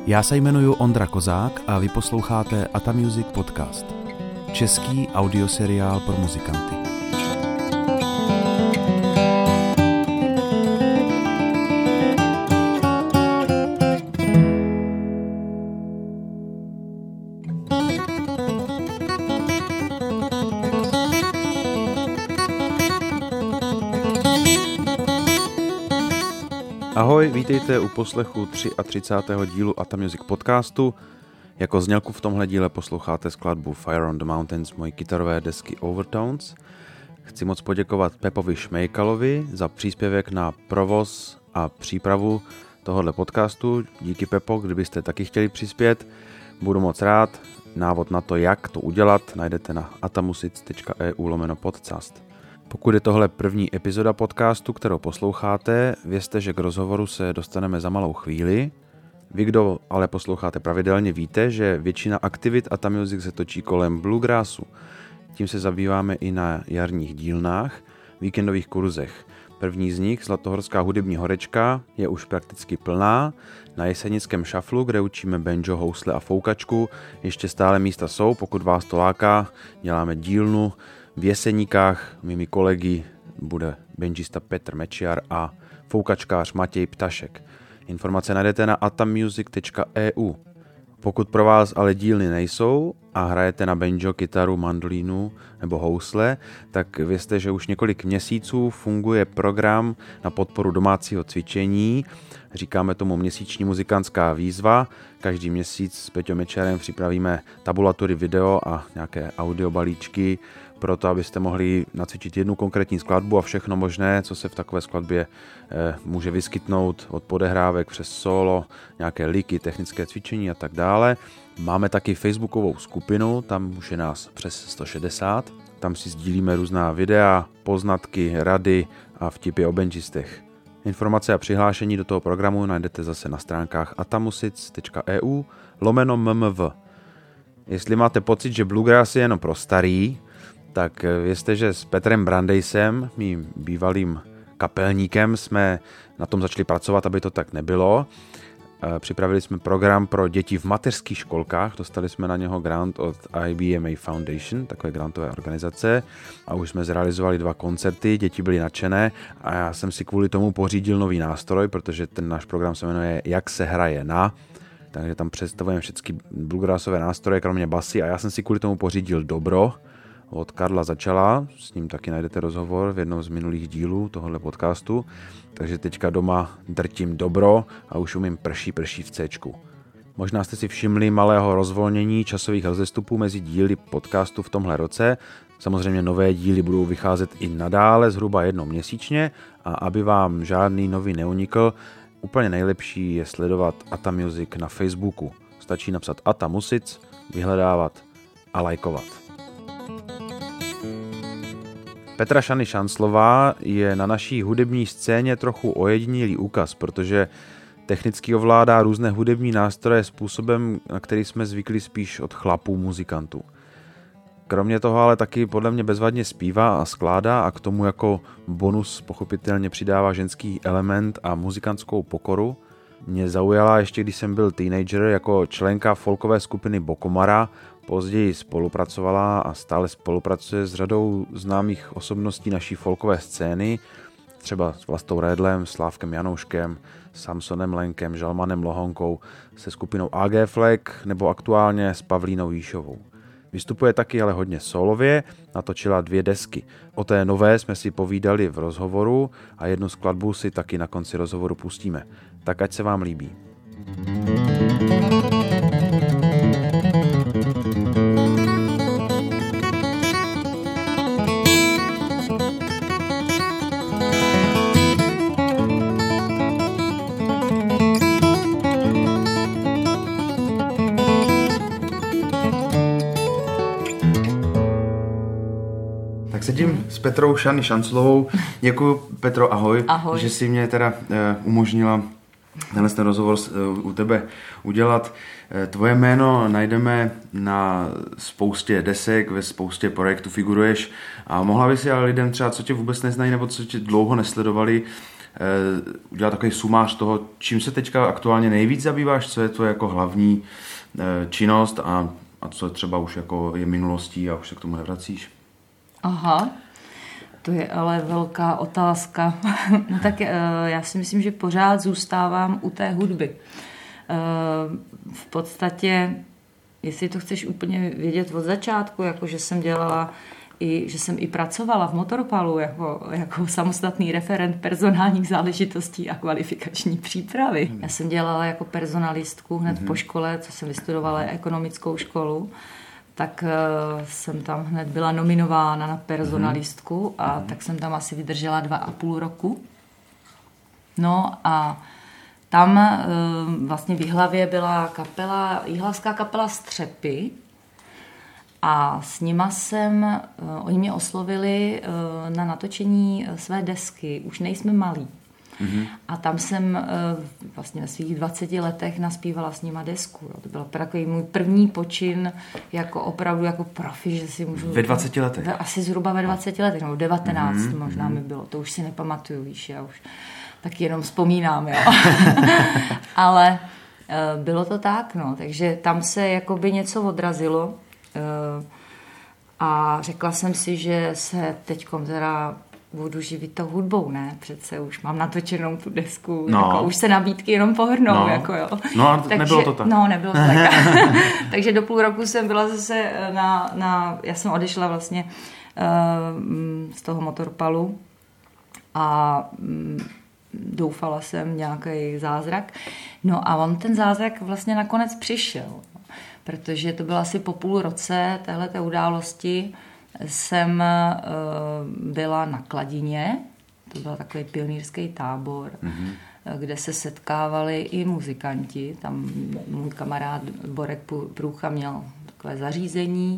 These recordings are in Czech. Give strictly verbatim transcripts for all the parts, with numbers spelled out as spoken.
Já se jmenuji Ondra Kozák a vy posloucháte Ata Music Podcast. Český audioseriál pro muzikanty. Ahoj, vítejte u poslechu třicátého třetího dílu Ata Music Podcastu. Jako znělku v tomhle díle posloucháte skladbu Fire on the Mountains mojí kytarové desky Overtones. Chci moc poděkovat Pepovi Šmejkalovi za příspěvek na provoz a přípravu tohohle podcastu. Díky, Pepo, kdybyste taky chtěli přispět, budu moc rád. Návod na to, jak to udělat, najdete na atamusic tečka eu lomeno podcast. Pokud je tohle první epizoda podcastu, kterou posloucháte, vězte, že k rozhovoru se dostaneme za malou chvíli. Vy, kdo ale posloucháte pravidelně, víte, že většina aktivit Ata Music se točí kolem bluegrassu. Tím se zabýváme i na jarních dílnách, víkendových kurzech. První z nich, Zlatohorská hudební horečka, je už prakticky plná. Na jesenickém šaflu, kde učíme banjo, housle a foukačku, ještě stále místa jsou, pokud vás to láká, děláme dílnu. V Jeseníkách mými kolegy bude banjista Petr Mečiar a foukačkář Matěj Ptašek. Informace najdete na atamusic tečka eu. Pokud pro vás ale dílny nejsou a hrajete na banjo, kytaru, mandolínu nebo housle, tak vězte, že už několik měsíců funguje program na podporu domácího cvičení. Říkáme tomu měsíční muzikantská výzva. Každý měsíc s Peťou Mečiarem připravíme tabulatury video a nějaké audiobalíčky, proto abyste mohli nacvičit jednu konkrétní skladbu a všechno možné, co se v takové skladbě e, může vyskytnout, od podehrávek přes solo, nějaké liky, technické cvičení a tak dále. Máme taky facebookovou skupinu, tam už je nás přes sto šedesát. Tam si sdílíme různá videa, poznatky, rady a vtipy o banjistech. Informace a přihlášení do toho programu najdete zase na stránkách atamusic tečka eu lomeno mmv. Jestli máte pocit, že bluegrass je jenom pro starý, tak vězte, že s Petrem Brandejsem, mým bývalým kapelníkem, jsme na tom začali pracovat, aby to tak nebylo. Připravili jsme program pro děti v mateřských školkách, dostali jsme na něho grant od I B M A Foundation, takové grantové organizace, a už jsme zrealizovali dva koncerty, děti byly nadšené a já jsem si kvůli tomu pořídil nový nástroj, protože ten náš program se jmenuje Jak se hraje na, takže tam představujeme všechny bluegrassové nástroje, kromě basy, a já jsem si kvůli tomu pořídil dobro od Karla Začala, s ním taky najdete rozhovor v jednom z minulých dílů tohohle podcastu, takže teďka doma drtím dobro a už umím prší prší v Cčku. Možná jste si všimli malého rozvolnění časových rozestupů mezi díly podcastu v tomhle roce. Samozřejmě nové díly budou vycházet i nadále, zhruba jednou měsíčně, a aby vám žádný nový neunikl, úplně nejlepší je sledovat Ata Music na Facebooku. Stačí napsat Ata Music, vyhledávat a lajkovat. Petra Šany Šanslová je na naší hudební scéně trochu ojedinělý úkaz, protože technicky ovládá různé hudební nástroje způsobem, na který jsme zvyklí spíš od chlapů muzikantů. Kromě toho ale taky podle mě bezvadně zpívá a skládá a k tomu jako bonus pochopitelně přidává ženský element a muzikantskou pokoru. Mě zaujala ještě, když jsem byl teenager, jako členka folkové skupiny Bokomara. Později spolupracovala a stále spolupracuje s řadou známých osobností naší folkové scény, třeba s Vlastou Redlem, Slávkem Janouškem, Samsonem Lenkem, Žalmanem Lohonkou, se skupinou A G Flag nebo aktuálně s Pavlínou Jíšovou. Vystupuje taky ale hodně solově, natočila dvě desky. O té nové jsme si povídali v rozhovoru a jednu skladbu si taky na konci rozhovoru pustíme. Tak ať se vám líbí. Sedím s Petrou Šany Šanslovou. Děkuji, Petro, ahoj, ahoj, že jsi mě teda uh, umožnila tenhle ten rozhovor uh, u tebe udělat. Uh, tvoje jméno najdeme na spoustě desek, ve spoustě projektů figuruješ a mohla by si ale lidem třeba, co tě vůbec neznají nebo co tě dlouho nesledovali, udělat takový sumář toho, čím se teďka aktuálně nejvíc zabýváš, co je to jako hlavní činnost a, a co třeba už jako je minulostí a už se k tomu nevracíš? Aha, to je ale velká otázka. No tak já si myslím, že pořád zůstávám u té hudby. V podstatě, jestli to chceš úplně vědět od začátku, jako že jsem dělala i, že jsem i pracovala v Motorpalu jako, jako samostatný referent personálních záležitostí a kvalifikační přípravy. Já jsem dělala jako personalistku hned mm-hmm. po škole, co jsem vystudovala ekonomickou školu, tak uh, jsem tam hned byla nominována na personalistku mm-hmm. a tak jsem tam asi vydržela dva a půl roku. No a tam uh, vlastně v Jihlavě byla kapela, jihlavská kapela Střepy, a s nima jsem, uh, oni mě oslovili uh, na natočení své desky, už nejsme malí. Mm-hmm. A tam jsem uh, vlastně na svých dvaceti letech naspívala s nima desku. Jo. To byl takový můj první počin jako opravdu jako profi, že si můžu... Ve dvaceti letech? Asi zhruba ve dvaceti letech, nebo devatenáct mm-hmm. možná mi bylo, to už si nepamatuju, víš, já už tak jenom vzpomínám, jo. Ale uh, bylo to tak, no, takže tam se jakoby něco odrazilo. A řekla jsem si, že se teďkom teda budu živit tou hudbou, ne? Přece už mám natočenou tu desku, no. Jako už se nabídky jenom pohrnou, no. jako jo. No a takže, nebylo to tak. No, nebylo to tak. Takže do půl roku jsem byla zase na, na já jsem odešla vlastně uh, z toho Motorpalu a um, doufala jsem nějaký zázrak. No a on ten zázrak vlastně nakonec přišel. Protože to bylo asi po půl roce téhleté události, jsem uh, byla na Kladině, to byl takový pionýrský tábor, mm-hmm. kde se setkávali i muzikanti. Tam můj kamarád Borek Průcha měl takové zařízení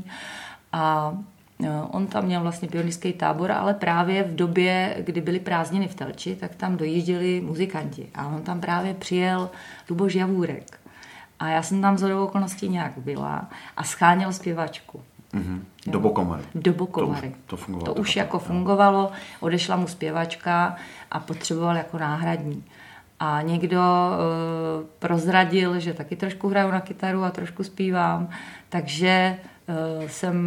a uh, on tam měl vlastně pionýrský tábor, ale právě v době, kdy byly prázdniny v Telči, tak tam dojížděli muzikanti a on tam právě přijel Luboš Javůrek. A já jsem tam zhodou okolností nějak byla a scháněl zpěvačku. Mm-hmm. Do Bokomary. Do Bokomary. To, to, fungovalo, to už to jako fungovalo, odešla mu zpěvačka a potřeboval jako náhradní. A někdo uh, prozradil, že taky trošku hraju na kytaru a trošku zpívám, takže uh, jsem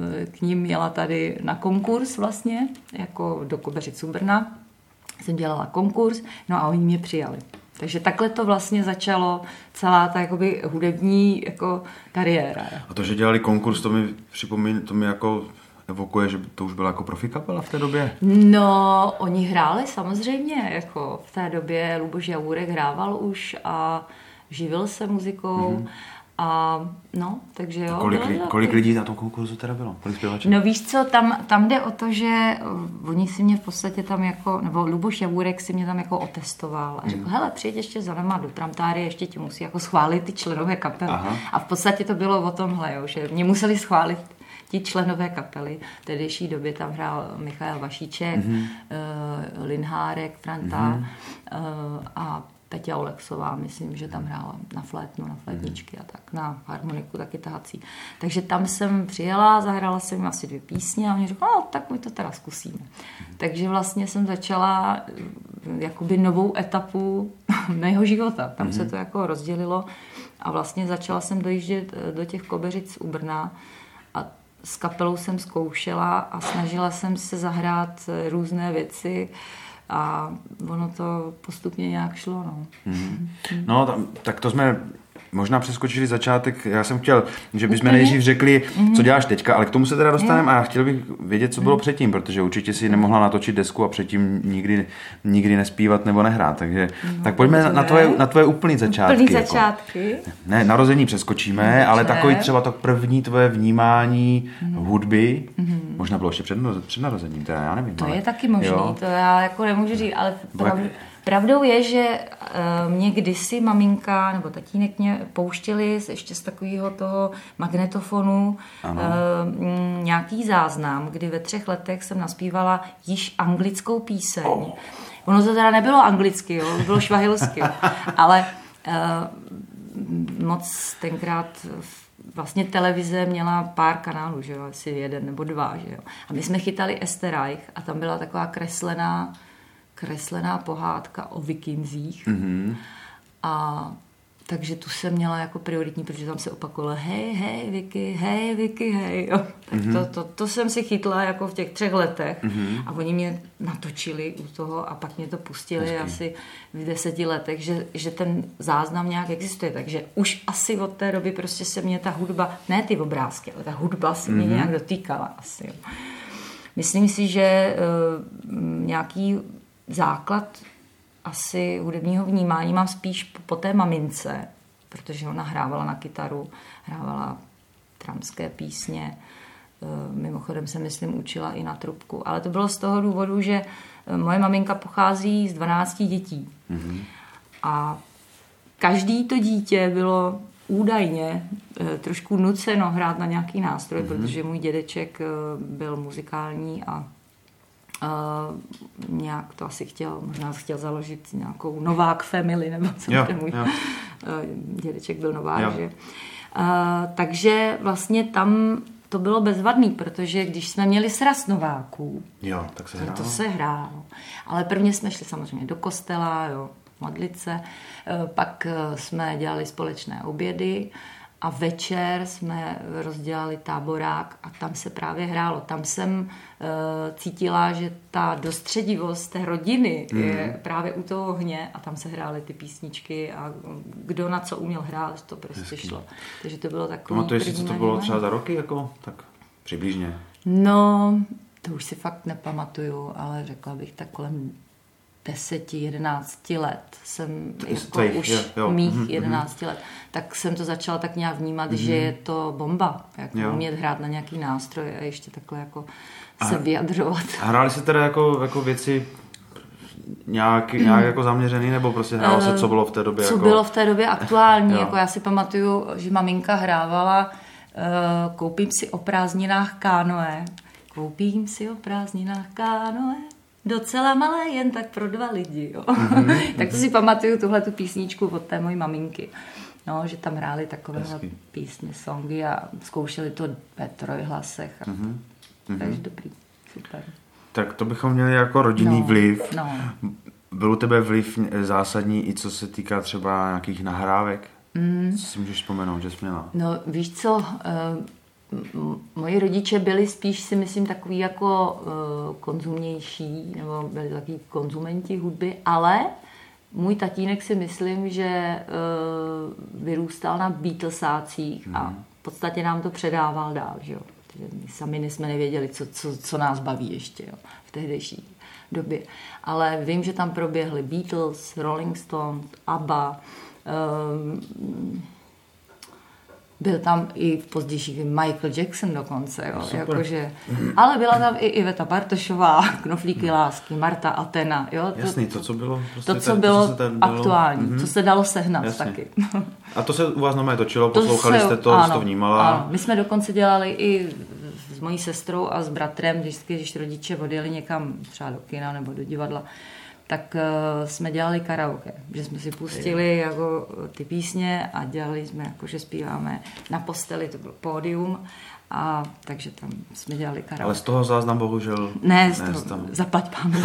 k ním měla tady na konkurs vlastně, jako do Kobeřic u Brna. Jsem dělala konkurs, no a oni mě přijali. Takže takhle to vlastně začalo celá ta jakoby hudební jako kariéra. A to, že dělali konkurs, to mi připomíná, to mi jako evokuje, že to už byla jako profi kapela v té době? No, oni hráli samozřejmě, jako v té době Luboš Javůrek hrával už a živil se muzikou. Mm-hmm. A no, takže jo. A kolik, li, kolik lidí na tom konkurzu teda bylo? Kolik zpěvaček? No víš co, tam, tam jde o to, že oni si mě v podstatě tam jako, nebo Luboš Javůrek si mě tam jako otestoval a řekl, mm. hele, přijď ještě za náma do Tramtáry, ještě ti musí jako schválit ty členové kapely. Aha. A v podstatě to bylo o tomhle, jo, že mě museli schválit ti členové kapely. V tehdejší době tam hrál Michal Vašíček, mm-hmm. uh, Linhárek, Franta mm-hmm. uh, a Peťa Olexová, myslím, že tam hrála na flétnu, na flétničky a tak, na harmoniku taky tahací. Takže tam jsem přijela, zahrála jsem asi dvě písně a mě řekla, no, tak my to teda zkusíme. Takže vlastně jsem začala jakoby novou etapu mého života. Tam mm-hmm. se to jako rozdělilo a vlastně začala jsem dojíždět do těch Kobeřic u Brna a s kapelou jsem zkoušela a snažila jsem se zahrát různé věci, a ono to postupně nějak šlo, no. Mm. No, tam, tak to jsme možná přeskočili začátek. Já jsem chtěl, že bychom nejdřív řekli, mm. co děláš teďka, ale k tomu se teda dostaneme a chtěl bych vědět, co bylo mm. předtím, protože určitě si nemohla natočit desku a předtím nikdy, nikdy nespívat nebo nehrát, takže no, tak pojďme na, na, tvoje, na tvoje úplný začátky. Úplný začátky? Jako. Ne, narození přeskočíme, Dobře. ale takový třeba to první tvoje vnímání mm. hudby, mm. možná bylo ještě před, před narozením, teda já nevím. To ale, je taky možný, jo. To já jako nemůžu říct, ale pravdu, pravdou je, že uh, mě kdysi maminka nebo tatínek mě pouštěli ještě z takového toho magnetofonu uh, nějaký záznam, kdy ve třech letech jsem naspívala již anglickou píseň. Oh. Ono to teda nebylo anglicky, jo, bylo švahilsky, ale uh, moc tenkrát vlastně televize měla pár kanálů, že jo, asi jeden nebo dva, že jo. A my jsme chytali Ester Reich a tam byla taková kreslená kreslená pohádka o vikingzích. Mm-hmm. A takže tu jsem měla jako prioritní, protože tam se opakovalo hej, hej, Vicky, hej, Vicky, hej. Jo. Tak mm-hmm. to, to, to jsem si chytla jako v těch třech letech mm-hmm. a oni mě natočili u toho a pak mě to pustili Hezky. Asi v deseti letech, že, že ten záznam nějak existuje. Takže už asi od té doby prostě se mě ta hudba, ne ty obrázky, ale ta hudba se mě mm-hmm. nějak dotýkala asi. Jo. Myslím si, že uh, nějaký základ asi hudebního vnímání mám spíš po té mamince, protože ona hrávala na kytaru, hrávala tramské písně, mimochodem se myslím učila i na trubku, ale to bylo z toho důvodu, že moje maminka pochází z dvanácti dětí mm-hmm. a každý to dítě bylo údajně trošku nuceno hrát na nějaký nástroj, mm-hmm. protože můj dědeček byl muzikální a Uh, nějak to asi chtěl, možná chtěl založit nějakou Novák family, nebo co jo, můj jo. Uh, dědeček byl Novák, jo. že? Uh, takže vlastně tam to bylo bezvadný, protože když jsme měli sraz Nováků, jo, tak se hrálo. To se hrálo. Ale prvně jsme šli samozřejmě do kostela, jo, modlit se, uh, pak uh, jsme dělali společné obědy a večer jsme rozdělali táborák a tam se právě hrálo. Tam jsem uh, cítila, že ta dostředivost té rodiny mm. je právě u toho ohně a tam se hrály ty písničky a kdo na co uměl hrát, to prostě Hezky. Šlo. Takže to bylo takový... Pamatuješ si, co to bylo třeba za roky? Jako? Tak přibližně. No, to už si fakt nepamatuju, ale řekla bych tak kolem deseti, jedenácti let jsem jako Tvej, už jo, jo. mých mm-hmm. jedenácti let, tak jsem to začala tak nějak vnímat, mm-hmm. že je to bomba, jako umět hrát na nějaký nástroj a ještě takhle jako a se vyjadřovat. A hráli se teda jako, jako věci nějak, nějak jako zaměřený, nebo prostě hrálo se, co bylo v té době? Co jako... bylo v té době aktuální, jako já si pamatuju, že maminka hrávala uh, koupím si o prázdninách kánoe, koupím si o prázdninách kánoe, docela malé, jen tak pro dva lidi. Jo. Mm-hmm. Tak to si pamatuju tuhle tu písničku od té mojí maminky. No, že tam hráli takové písně, songy a zkoušeli to ve trojhlasech. A... Mm-hmm. Takže dobrý, super. Tak to bychom měli jako rodinný no, vliv. No. Byl u tebe vliv zásadní i co se týká třeba nějakých nahrávek? Mm. Co si můžeš vzpomenout, že jsi měla? No, víš co... Uh, moji rodiče byli spíš, si myslím, takový jako uh, konzumnější, nebo byli takový konzumenti hudby, ale můj tatínek si myslím, že uh, vyrůstal na Beatlesácích a v podstatě nám to předával dál, že jo. My sami jsme nevěděli, co, co, co nás baví ještě, jo, v tehdejší době. Ale vím, že tam proběhly Beatles, Rolling Stones, ABBA, um, byl tam i v pozdějších Michael Jackson dokonce, jo, jakože, ale byla tam i Iveta Bartošová, Knoflíky lásky, Marta Atena, jo. To, Jasný, to, co bylo, prostě to, co ten, bylo, to, co bylo aktuální, mm-hmm. co se dalo sehnat Jasný. Taky. A to se u vás normálně točilo, poslouchali to se, jste to, ano, to vnímala? Ano, my jsme dokonce dělali i s mojí sestrou a s bratrem, vždycky, když rodiče odjeli někam třeba do kina nebo do divadla, tak uh, jsme dělali karaoke, že jsme si pustili jako ty písně a dělali jsme, jako že zpíváme na posteli, to bylo pódium, a takže tam jsme dělali karaoke. Ale z toho záznam bohužel... Ne, z toho, tam... zaplať pánu.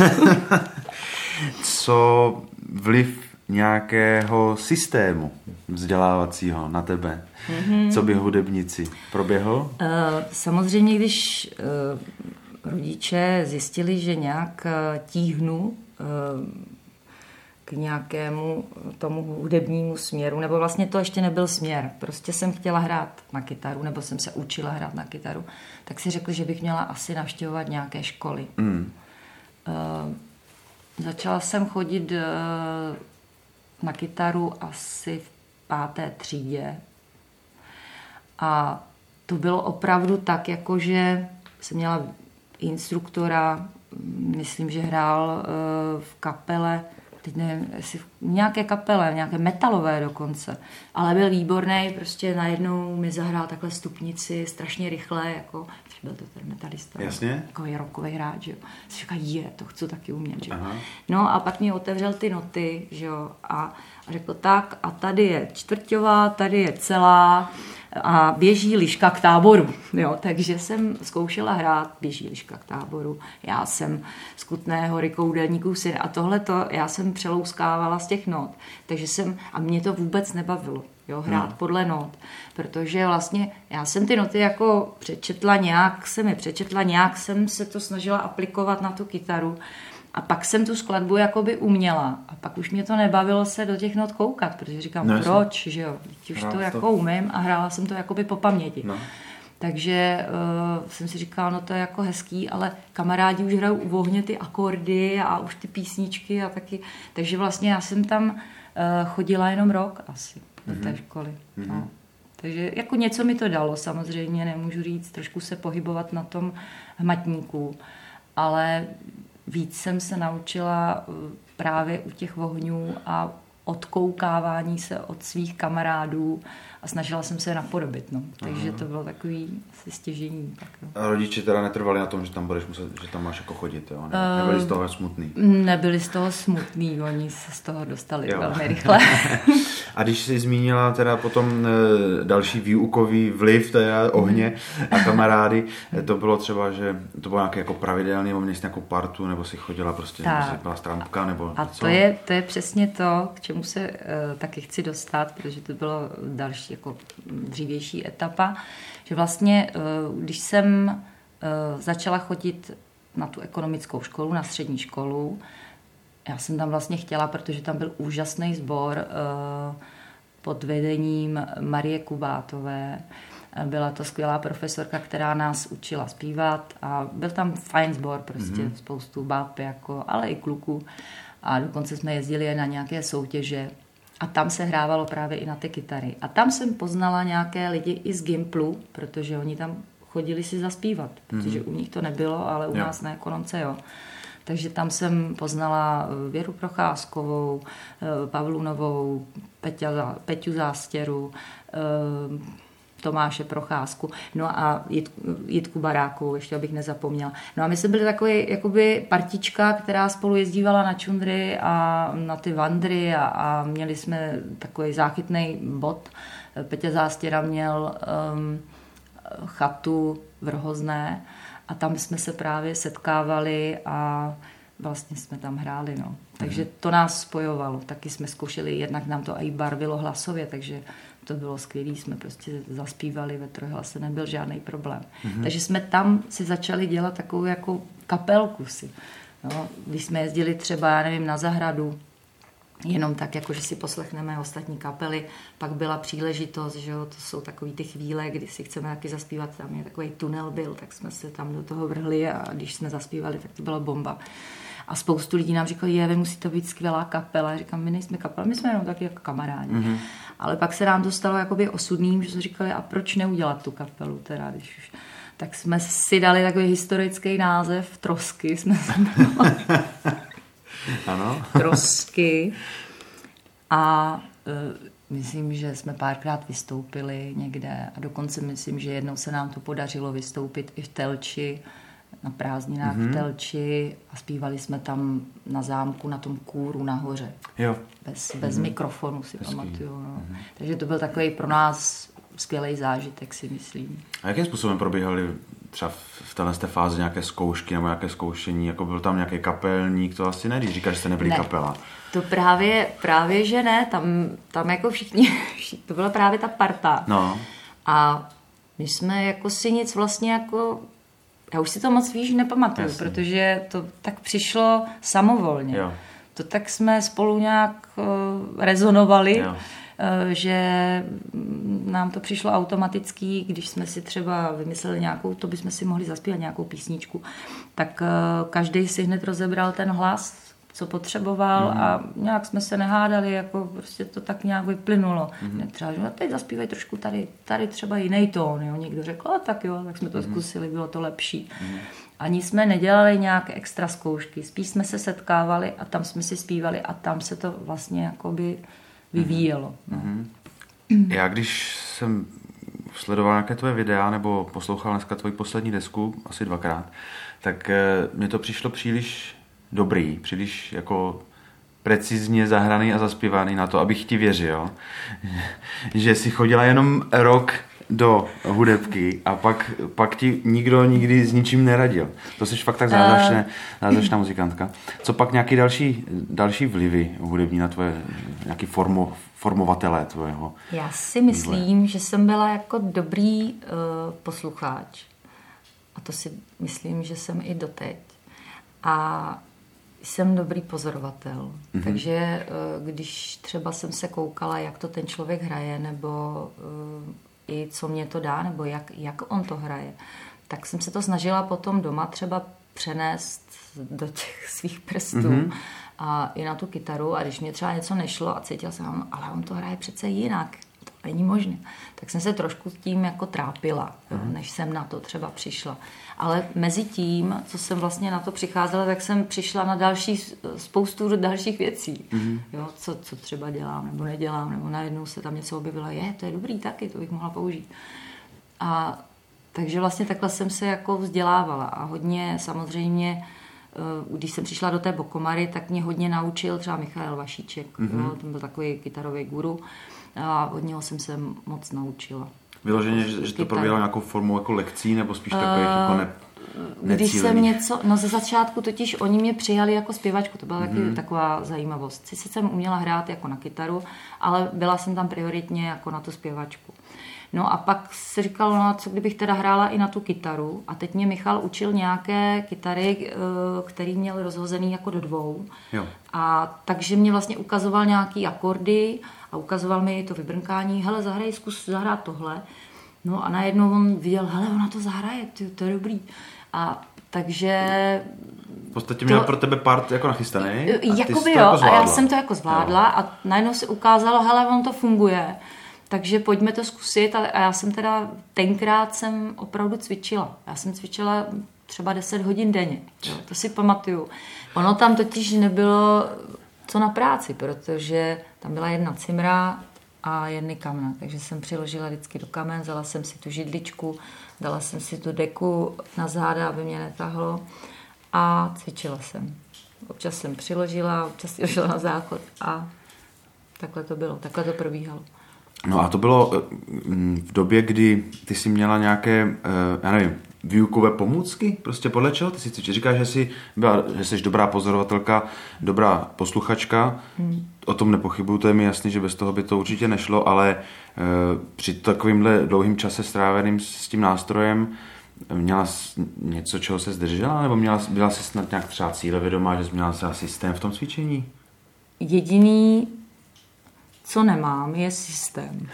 Co vliv nějakého systému vzdělávacího na tebe, mm-hmm. co by hudebníci proběhl? Uh, samozřejmě, když uh, rodiče zjistili, že nějak uh, tíhnu k nějakému tomu hudebnímu směru, nebo vlastně to ještě nebyl směr. Prostě jsem chtěla hrát na kytaru, nebo jsem se učila hrát na kytaru, tak si řekli, že bych měla asi navštěvovat nějaké školy. Mm. Uh, začala jsem chodit uh, na kytaru asi v páté třídě a to bylo opravdu tak, jakože jsem měla instruktora, myslím, že hrál uh, v kapele, teď nevím, jestli v nějaké kapele, nějaké metalové dokonce, ale byl výborný, prostě najednou mi zahrál takhle stupnici strašně rychle, jako, byl to ten metalista. Jasně. Takový rockový hráč, že jo. Si říká, je, to chci taky umět, že jo. No a pak mi otevřel ty noty, že jo, a, a řekl tak, a tady je čtvrťová, tady je celá, a běží liška k táboru. Jo, takže jsem zkoušela hrát běží liška k táboru. Já jsem z Kutné Hory koudelníků syn a tohleto já jsem přelouskávala z těch not. Takže jsem, a mě to vůbec nebavilo, jo, hrát no. podle not. Protože vlastně já jsem ty noty jako přečetla nějak, jsem je přečetla, nějak jsem se to snažila aplikovat na tu kytaru. A pak jsem tu skladbu jakoby uměla. A pak už mě to nebavilo se do těch not koukat, protože říkám, no, proč, že jo, už to jako to. umím a hrála jsem to jakoby po paměti. No. Takže uh, jsem si říkala, no to je jako hezký, ale kamarádi už hrajou u ohně ty akordy a už ty písničky a taky. Takže vlastně já jsem tam uh, chodila jenom rok asi do té školy. Mm-hmm. No. Takže jako něco mi to dalo, samozřejmě nemůžu říct, trošku se pohybovat na tom hmatníku, ale víc jsem se naučila právě u těch ohňů a odkoukávání se od svých kamarádů a snažila jsem se je napodobit. No. Takže Aha. to bylo takový asi stěžení. Tak, no. A rodiče teda netrvali na tom, že tam budeš muset, že tam máš jako chodit, jo? Ne, nebyli z toho smutný? Nebyli z toho smutný, oni se z toho dostali jo. velmi rychle. A když jsi zmínila teda potom další výukový vliv teda ohně a kamarády, to bylo třeba, že to bylo nějaké jako pravidelný, nebo měli jsi nějakou partu, nebo si chodila prostě, tak. nebo si byla strampka, nebo a co? to je, to je přesně to, k čemu se uh, taky chci dostat, protože to bylo další jako dřívější etapa, že vlastně, uh, když jsem uh, začala chodit na tu ekonomickou školu, na střední školu, já jsem tam vlastně chtěla, protože tam byl úžasný sbor uh, pod vedením Marie Kubátové. Byla to skvělá profesorka, která nás učila zpívat a byl tam fajn sbor, prostě mm-hmm. spoustu bab, jako, ale i kluků. A dokonce jsme jezdili na nějaké soutěže a tam se hrávalo právě i na ty kytary. A tam jsem poznala nějaké lidi i z Gimplu, protože oni tam chodili si zaspívat, protože mm-hmm. u nich to nebylo, ale u jo. nás na ekonomce jo. Takže tam jsem poznala Věru Procházkovou, Pavlunovou, Peťa, Peťu Zástěru, Tomáše Procházku, no a Jitku Barákovou, ještě abych nezapomněla. No a my jsme byli takový jakoby partička, která spolu jezdívala na čundry a na ty vandry a, a měli jsme takový záchytný bod. Peťa Zástěra měl um, chatu v Rohozné a tam jsme se právě setkávali a vlastně jsme tam hráli, no. Takže to nás spojovalo. Taky jsme zkoušeli, jednak nám to i barvilo hlasově, takže to bylo skvělé, jsme prostě zaspívali ve trojhlase, nebyl žádný problém. Mm-hmm. Takže jsme tam si začali dělat takovou jako kapelku si. No, když jsme jezdili třeba, já nevím, na zahradu, jenom tak, jako že si poslechneme ostatní kapely, pak byla příležitost, že jo, to jsou takový ty chvíle, kdy si chceme taky zaspívat, tam je takový tunel byl, tak jsme se tam do toho vrhli a když jsme zaspívali, tak to byla bomba. A spoustu lidí nám říkali, je, vy musí to být skvělá kapela. Já říkám, my nejsme kapela, my jsme jenom taky jako kamarádi. Mm-hmm. Ale pak se nám dostalo jakoby osudným, že jsme říkali, a proč neudělat tu kapelu teda, když už... Tak jsme si dali takový historický název, Trosky. Jsme se ano. Trosky. A uh, myslím, že jsme párkrát vystoupili někde a dokonce myslím, že jednou se nám to podařilo vystoupit i v Telči, na prázdninách mm-hmm. v Telči a zpívali jsme tam na zámku, na tom kůru nahoře. Jo. Bez, bez mm-hmm. mikrofonu si Hezký. pamatuju. No. Mm-hmm. Takže to byl takový pro nás skvělý zážitek, si myslím. A jakým způsobem probíhaly třeba v téhle fázi nějaké zkoušky nebo nějaké zkoušení? Jako byl tam nějaký kapelník? To asi ne, když říkáš, že jste nebyli ne. kapela. To právě, právě, že ne. Tam, tam jako všichni, to byla právě ta parta. No. A my jsme jako si nic vlastně jako... Já už si to moc víš nepamatuju, Jasně. protože to tak přišlo samovolně. Jo. To tak jsme spolu nějak uh, rezonovali, jo. uh, že nám to přišlo automaticky, když jsme si třeba vymysleli nějakou, to bychom si mohli zaspívat nějakou písničku, tak uh, každý si hned rozebral ten hlas, co potřeboval mm. a nějak jsme se nehádali, jako prostě to tak nějak vyplynulo. Mm. Třeba, že no, teď zaspívají trošku tady, tady třeba jiný tón, jo. Někdo řekl, a tak jo, tak jsme to mm. zkusili, bylo to lepší. Mm. Ani jsme nedělali nějaké extra zkoušky, spíš jsme se setkávali a tam jsme si zpívali a tam se to vlastně jakoby vyvíjelo. No. Mm. Já když jsem sledoval nějaké tvoje videa nebo poslouchal dneska tvoji poslední desku, asi dvakrát, tak mně to přišlo příliš dobrý, příliš jako precizně zahraný a zaspívaný na to, abych ti věřil, že jsi chodila jenom rok do hudebky a pak, pak ti nikdo nikdy s ničím neradil. To jsi fakt tak zázračná, zázračná muzikantka. Co pak nějaký další, další vlivy hudební na tvoje, nějaký formo, formovatele tvojho? Já si myslím, vývoje. Že jsem byla jako dobrý uh, posluchač. A to si myslím, že jsem i doteď. A jsem dobrý pozorovatel. Mm-hmm. Takže když třeba jsem se koukala, jak to ten člověk hraje, nebo uh, i co mě to dá, nebo jak, jak on to hraje, tak jsem se to snažila potom doma třeba přenést do těch svých prstů mm-hmm. a i na tu kytaru. A když mě třeba něco nešlo a cítila jsem, ale on to hraje přece jinak. To není možné. Tak jsem se trošku tím jako trápila, mm-hmm. než jsem na to třeba přišla. Ale mezi tím, co jsem vlastně na to přicházela, tak jsem přišla na další, spoustu dalších věcí. Mm-hmm. Jo, co, co třeba dělám nebo nedělám, nebo najednou se tam něco objevilo, je, to je dobrý taky, to bych mohla použít. A takže vlastně takhle jsem se jako vzdělávala a hodně samozřejmě, když jsem přišla do té Bokomary, tak mě hodně naučil třeba Michael Vašíček, mm-hmm. jo, ten byl takový kytarový guru a od něho jsem se moc naučila. Vyloženě, že, že to probíhalo nějakou formou jako lekcí, nebo spíš takových uh, jako ne, Když jsem něco, no ze začátku totiž oni mě přijali jako zpěvačku, to byla mm-hmm. taky taková zajímavost. Sice jsem uměla hrát jako na kytaru, ale byla jsem tam prioritně jako na tu zpěvačku. No a pak se říkalo, no a co kdybych teda hrála i na tu kytaru a teď mě Michal učil nějaké kytary, který měl rozhozený jako do dvou. Jo. A takže mě vlastně ukazoval nějaký akordy a ukazoval mi to vybrnkání, hele, zahraj, zkus zahrát tohle. No a najednou on viděl, hele, ona to zahraje, to, to je dobrý. A takže... V podstatě měl to, pro tebe part jako nachystaný. Jakoby jo, jako a já jsem to jako zvládla jo. A najednou se ukázalo, hele, on to funguje. Takže pojďme to zkusit a já jsem teda, tenkrát jsem opravdu cvičila. Já jsem cvičila třeba deset hodin denně, jo, to si pamatuju. Ono tam totiž nebylo co na práci, protože tam byla jedna cimra a jedny kamna, takže jsem přiložila vždycky do kamen, vzala jsem si tu židličku, dala jsem si tu deku na záda, aby mě netahlo a cvičila jsem. Občas jsem přiložila, občas si šla na záchod a takhle to bylo, takhle to probíhalo. No a to bylo v době, kdy ty jsi měla nějaké, já nevím, výukové pomůcky? Prostě podle čeho ty si cvičíš? Říkáš, že jsi, byla, že jsi dobrá pozorovatelka, dobrá posluchačka. Hmm. O tom nepochybuju, to je mi jasný, že bez toho by to určitě nešlo, ale při takovýmhle dlouhým čase stráveným s tím nástrojem měla jsi něco, čeho se zdržela? Nebo měla, byla jsi snad nějak třeba cílevědomá, že jsi měla třeba systém v tom cvičení? Jediný, co nemám, je systém.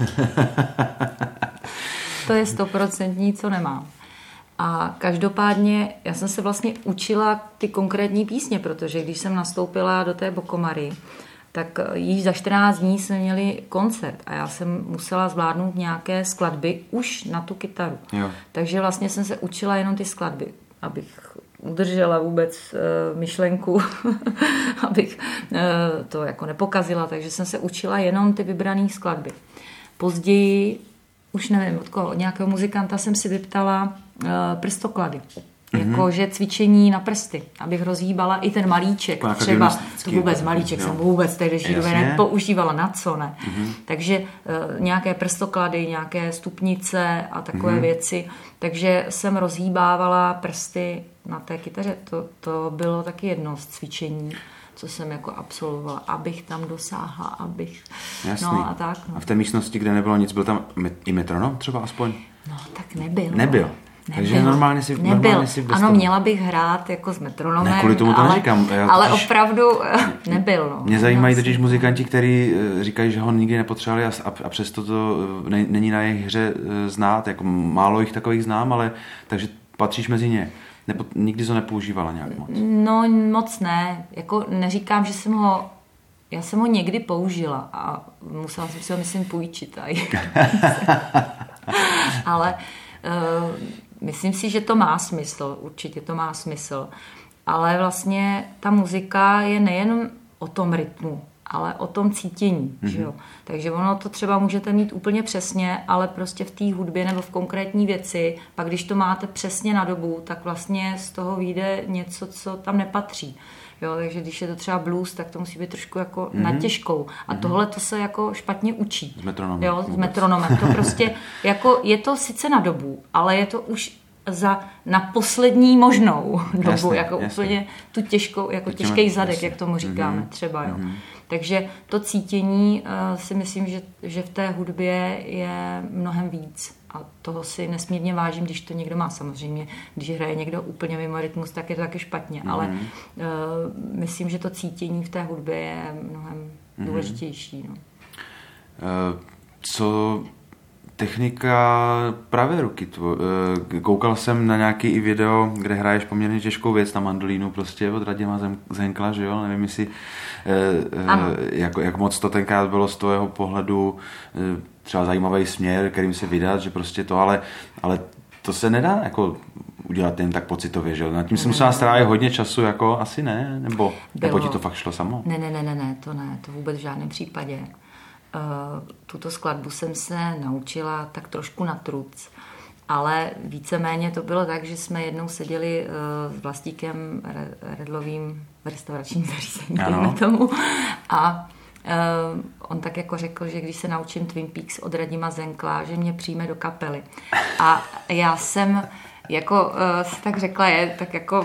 To je stoprocentní, co nemám. A každopádně já jsem se vlastně učila ty konkrétní písně, protože když jsem nastoupila do té Bokomary, tak již za čtrnáct dní jsme měli koncert a já jsem musela zvládnout nějaké skladby už na tu kytaru. Jo. Takže vlastně jsem se učila jenom ty skladby, abych udržela vůbec uh, myšlenku, abych uh, to jako nepokazila, takže jsem se učila jenom ty vybrané skladby. Později, už nevím, od koho, od nějakého muzikanta jsem si vyptala uh, prstoklady. Mm-hmm. Jakože cvičení na prsty, abych rozhýbala i ten malíček. Jako třeba, to vůbec malíček jo. jsem vůbec v té dnešní době nepoužívala, na co ne. Mm-hmm. Takže uh, nějaké prstoklady, nějaké stupnice a takové mm-hmm. věci. Takže jsem rozhýbávala prsty na té kytaře. To, to bylo taky jedno z cvičení, co jsem jako absolvovala, abych tam dosáhla, abych... Jasný. No a tak. No. A v té místnosti, kde nebylo nic, byl tam i metronom třeba aspoň? No tak nebyl. Nebyl. Takže Nebyl. normálně si, Nebyl. normálně si Ano, měla bych hrát jako s metronomem. Ne, kvůli tomu to ale, neříkám. Já ale totiž, opravdu nebyl. No. Mě zajímají totiž muzikanti, kteří říkají, že ho nikdy nepotřebovali a, a přesto to ne, není na jejich hře znát. Jako málo jich takových znám, ale takže patříš mezi ně. Nepo, nikdy to nepoužívala nějak moc. No moc ne. Jako neříkám, že jsem ho... Já jsem ho někdy použila a musela jsem si ho, myslím, půjčit. Ale... Uh, myslím si, že to má smysl, určitě to má smysl, ale vlastně ta muzika je nejen o tom rytmu ale o tom cítění. Mm-hmm. Že jo? Takže ono to třeba můžete mít úplně přesně, ale prostě v té hudbě nebo v konkrétní věci, pak když to máte přesně na dobu, tak vlastně z toho vyjde něco, co tam nepatří. Jo, takže když je to třeba blues, tak to musí být trošku jako mm-hmm. natěžkou. A mm-hmm. tohle to se jako špatně učí. S metronomem. Jo, s metronomem. To prostě jako je to sice na dobu, ale je to už za, na poslední možnou dobu, jasně, jako jasně. úplně tu těžkou, jako Těme, těžký zadek, jasně. jak tomu říkáme mm-hmm. třeba, jo. Mm-hmm. Takže to cítění uh, si myslím, že, že v té hudbě je mnohem víc. A toho si nesmírně vážím, když to někdo má samozřejmě. Když hraje někdo úplně mimo rytmus, tak je to taky špatně. Mm-hmm. Ale uh, myslím, že to cítění v té hudbě je mnohem mm-hmm. důležitější. No. Uh, co technika pravé ruky? Tvo, uh, koukal jsem na nějaký i video, kde hraješ poměrně těžkou věc na mandolínu prostě od Radima Zenkla, že jo? Nevím, jestli uh, uh, jak, jak moc to tenkrát bylo z tvého pohledu uh, třeba zajímavý směr, kterým se vydat, že prostě to, ale, ale to se nedá jako udělat jen tak pocitově, že jo? Nad tím jsem musela strávit hodně času, jako asi ne, nebo, nebo ti to fakt šlo samo? Ne, ne, ne, ne, ne, to ne, to vůbec v žádném případě. Uh, tuto skladbu jsem se naučila tak trošku na truc, ale víceméně to bylo tak, že jsme jednou seděli uh, s Vlastíkem Redlovým v restauračním zařízení, dejme tomu, a Uh, on tak jako řekl, že když se naučím Twin Peaks od Radima Zenkla, že mě přijme do kapely. A já jsem jako uh, si tak řekla, je tak jako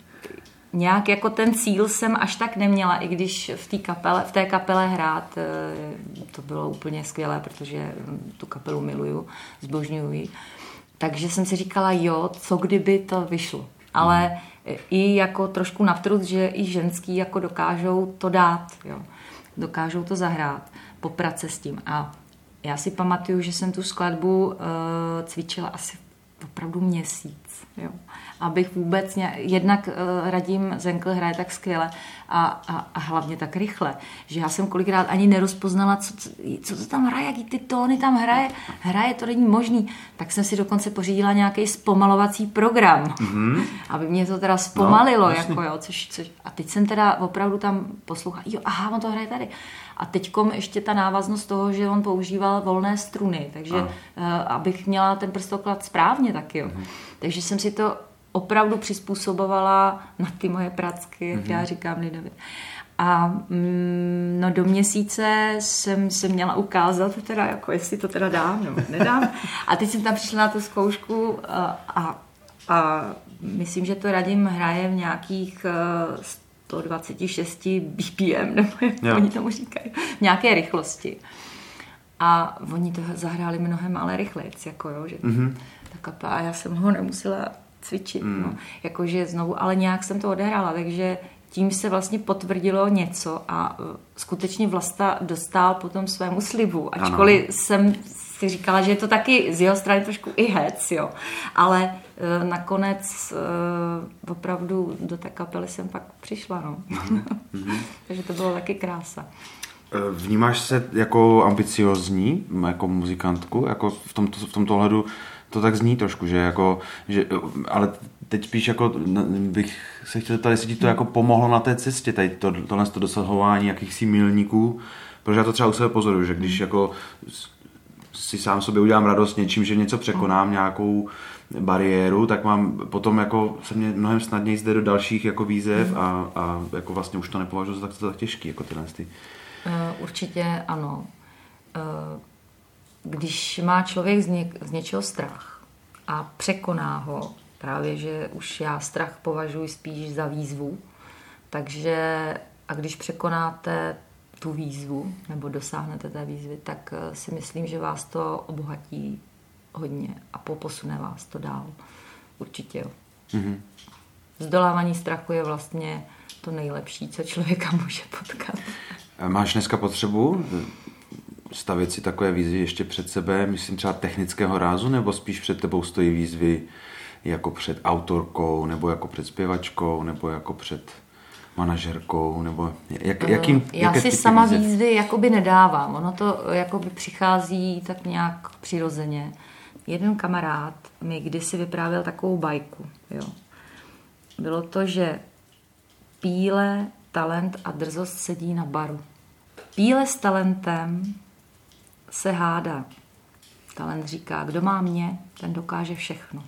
nějak jako ten cíl jsem až tak neměla, i když v té kapele, v té kapele hrát, uh, to bylo úplně skvělé, protože tu kapelu miluju, zbožňuju ji. Takže jsem si říkala, jo, co kdyby to vyšlo. Ale i jako trošku navtrud, že i ženský jako dokážou to dát, jo. Dokážou to zahrát, poprat se s tím. A já si pamatuju, že jsem tu skladbu uh, cvičila asi opravdu měsíc. Jo. Abych vůbec nějak, jednak uh, Radim Zenkl hraje tak skvěle a, a, a hlavně tak rychle, že já jsem kolikrát ani nerozpoznala, co, co, co to tam hraje, jaký ty tóny tam hraje, hraje, to není možný. Tak jsem si dokonce pořídila nějaký zpomalovací program, mm-hmm. aby mě to teda zpomalilo. No, jako, jo, což, což, a teď jsem teda opravdu tam poslouchala, jo, aha, on to hraje tady. A teďkom ještě ta návaznost toho, že on používal volné struny, takže uh, abych měla ten prstoklad správně taky. Jo. Mm-hmm. Takže jsem si to opravdu přizpůsobovala na ty moje pracky, jak mm-hmm. já říkám Lidovi. A mm, no do měsíce jsem se měla ukázat, teda jako jestli to teda dám nebo nedám. A teď jsem tam přišla na tu zkoušku a, a, a myslím, že to Radim hraje v nějakých uh, sto dvacet šest B P M, nebo jak jo. oni tomu říkají, v nějaké rychlosti. A oni to zahráli mnohem ale rychleji, jako jo, že mm-hmm. ta kapela, a já jsem ho nemusela cvičit, mm. no. Jakože znovu, ale nějak jsem to odehrála, takže tím se vlastně potvrdilo něco a skutečně Vlasta dostal potom svému slibu, ačkoliv ano. jsem si říkala, že je to taky z jeho strany trošku i hec, jo, ale e, nakonec e, opravdu do té kapely jsem pak přišla, no. Mm-hmm. Takže to bylo taky krása. Vnímáš se jako ambiciozní, jako muzikantku, jako v tomto, v tomto ohledu to tak zní trošku, že jako, že, ale teď spíš jako bych se chtěl zeptat, jestli ti to jako pomohlo na té cestě, tady to, tohle to dosahování jakýchsi milníků, protože já to třeba u sebe pozoruju, že když jako si sám sobě udělám radost něčím, že něco překonám, nějakou bariéru, tak mám potom jako se mě mnohem snadněji jde do dalších jako výzev a, a jako vlastně už to nepovažuji za tak, tak těžký, jako tyhle ty. Určitě ano. Když má člověk z, ně, z něčeho strach a překoná ho, právě, že už já strach považuji spíš za výzvu, takže a když překonáte tu výzvu nebo dosáhnete té výzvy, tak si myslím, že vás to obohatí hodně a posune vás to dál. Určitě jo. Mm-hmm. Zdolávání strachu je vlastně to nejlepší, co člověka může potkat. Máš dneska potřebu stavět si takové výzvy ještě před sebe, myslím třeba technického rázu, nebo spíš před tebou stojí výzvy jako před autorkou, nebo jako před zpěvačkou, nebo jako před manažerkou, nebo jak, jakým, já si sama výzev? Výzvy jakoby nedávám. Ono to jakoby přichází tak nějak přirozeně. Jeden kamarád mi kdysi vyprávěl takovou bajku. Jo. Bylo to, že píle, talent a drzost sedí na baru. Píle s talentem se hádá. Talent říká, kdo má mě, ten dokáže všechno.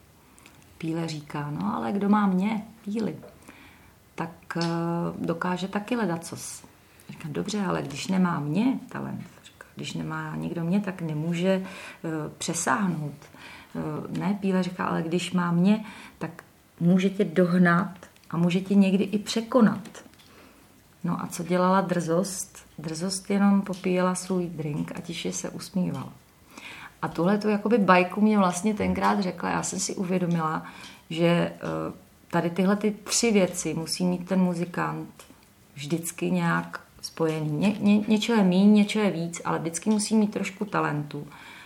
Píle říká, no ale kdo má mě, píli, tak uh, dokáže taky ledacos. Říká, dobře, ale když nemá mě talent, říká, když nemá někdo mě, tak nemůže uh, přesáhnout. Uh, ne, píle říká, ale když má mě, tak může tě dohnat a může tě někdy i překonat. No a co dělala drzost? Drzost jenom popíjela svůj drink a tiše se usmívala. A tuhle tu jakoby bajku mě vlastně tenkrát řekla. Já jsem si uvědomila, že tady tyhle ty tři věci musí mít ten muzikant vždycky nějak spojený. Ně, ně, něčeho je míň, něčeho je víc, ale vždycky musí mít trošku talentu,